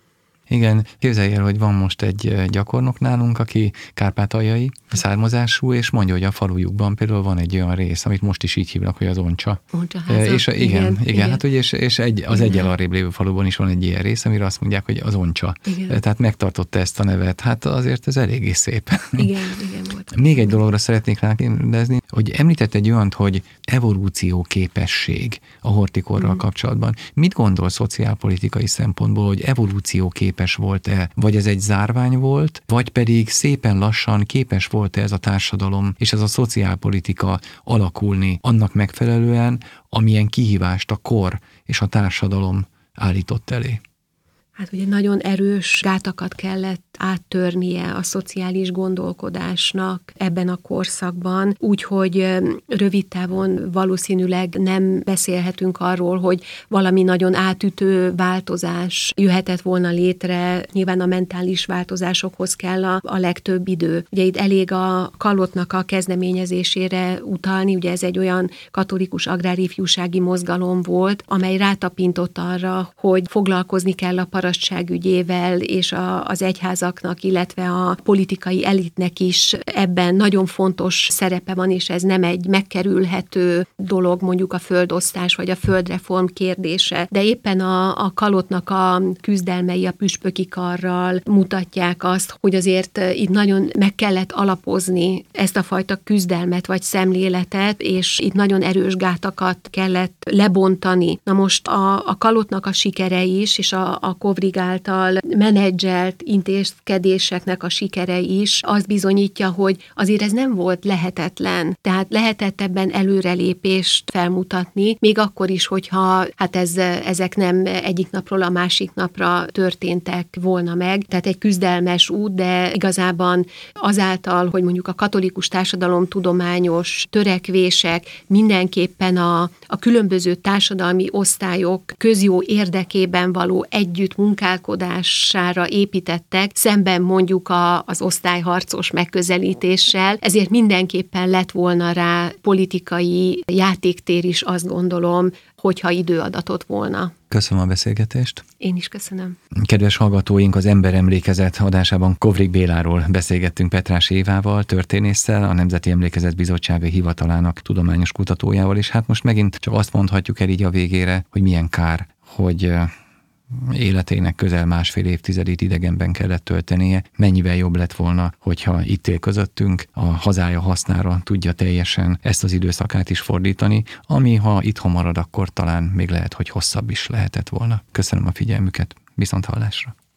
Igen, képzelj el, hogy van most egy gyakornok nálunk, aki kárpátaljai származású, és mondja, hogy a falujukban például van egy olyan rész, amit most is így hívnak, hogy az Oncsa. Oncsaháza. És igen. Hát ugye, és az egyel arrébb lévő faluban is van egy ilyen rész, amire azt mondják, hogy az Oncsa. Igen. Tehát megtartotta ezt a nevet. Hát azért ez eléggé szép. Igen volt. Még egy dologra szeretnék rákérdezni, hogy említett egy olyant, hogy evolúció képesség a hortikorral kapcsolatban. Mit gondol szociálpolitikai szempontból, hogy evolúció képes volt-e, vagy ez egy zárvány volt, vagy pedig szépen lassan képes volt-e ez a társadalom és ez a szociálpolitika alakulni annak megfelelően, amilyen kihívást a kor és a társadalom állított elé? Hát ugye nagyon erős gátakat kellett áttörnie a szociális gondolkodásnak ebben a korszakban, úgyhogy rövid távon valószínűleg nem beszélhetünk arról, hogy valami nagyon átütő változás jöhetett volna létre. Nyilván a mentális változásokhoz kell a legtöbb idő. Ugye itt elég a Kalotnak a kezdeményezésére utalni, ugye ez egy olyan katolikus agrárifjúsági mozgalom volt, amely rátapintott arra, hogy foglalkozni kell a parasztság ügyével, és az egyházaknak, illetve a politikai elitnek is ebben nagyon fontos szerepe van, és ez nem egy megkerülhető dolog, mondjuk a földosztás vagy a földreform kérdése. De éppen a Kalotnak a küzdelmei a püspöki karral mutatják azt, hogy azért itt nagyon meg kellett alapozni ezt a fajta küzdelmet vagy szemléletet, és itt nagyon erős gátakat kellett lebontani. Na most a Kalotnak a sikere is, és a Kovrig által menedzselt intézkedéseknek a sikere is azt bizonyítja, hogy azért ez nem volt lehetetlen. Tehát lehetett ebben előrelépést felmutatni, még akkor is, hogyha hát ezek nem egyik napról a másik napra történtek volna meg. Tehát egy küzdelmes út, de igazában azáltal, hogy mondjuk a katolikus társadalomtudományos törekvések mindenképpen a különböző társadalmi osztályok közjó érdekében való együttmunkát munkálkodására építettek, szemben mondjuk az osztályharcos megközelítéssel, ezért mindenképpen lett volna rá politikai játéktér is, azt gondolom, hogyha idő adatott volna. Köszönöm a beszélgetést. Én is köszönöm. Kedves hallgatóink, az Emberemlékezet adásában Kovrik Béláról beszélgettünk Petrás Évával, történésszel, a Nemzeti Emlékezet Bizottsága hivatalának tudományos kutatójával, és hát most megint csak azt mondhatjuk el így a végére, hogy milyen kár, hogy életének közel 1,5 évtizedét idegenben kellett töltenie. Mennyivel jobb lett volna, hogyha itt él közöttünk, a hazája hasznára tudja teljesen ezt az időszakát is fordítani, ami ha itthon marad, akkor talán még lehet, hogy hosszabb is lehetett volna. Köszönöm a figyelmüket, viszont hallásra!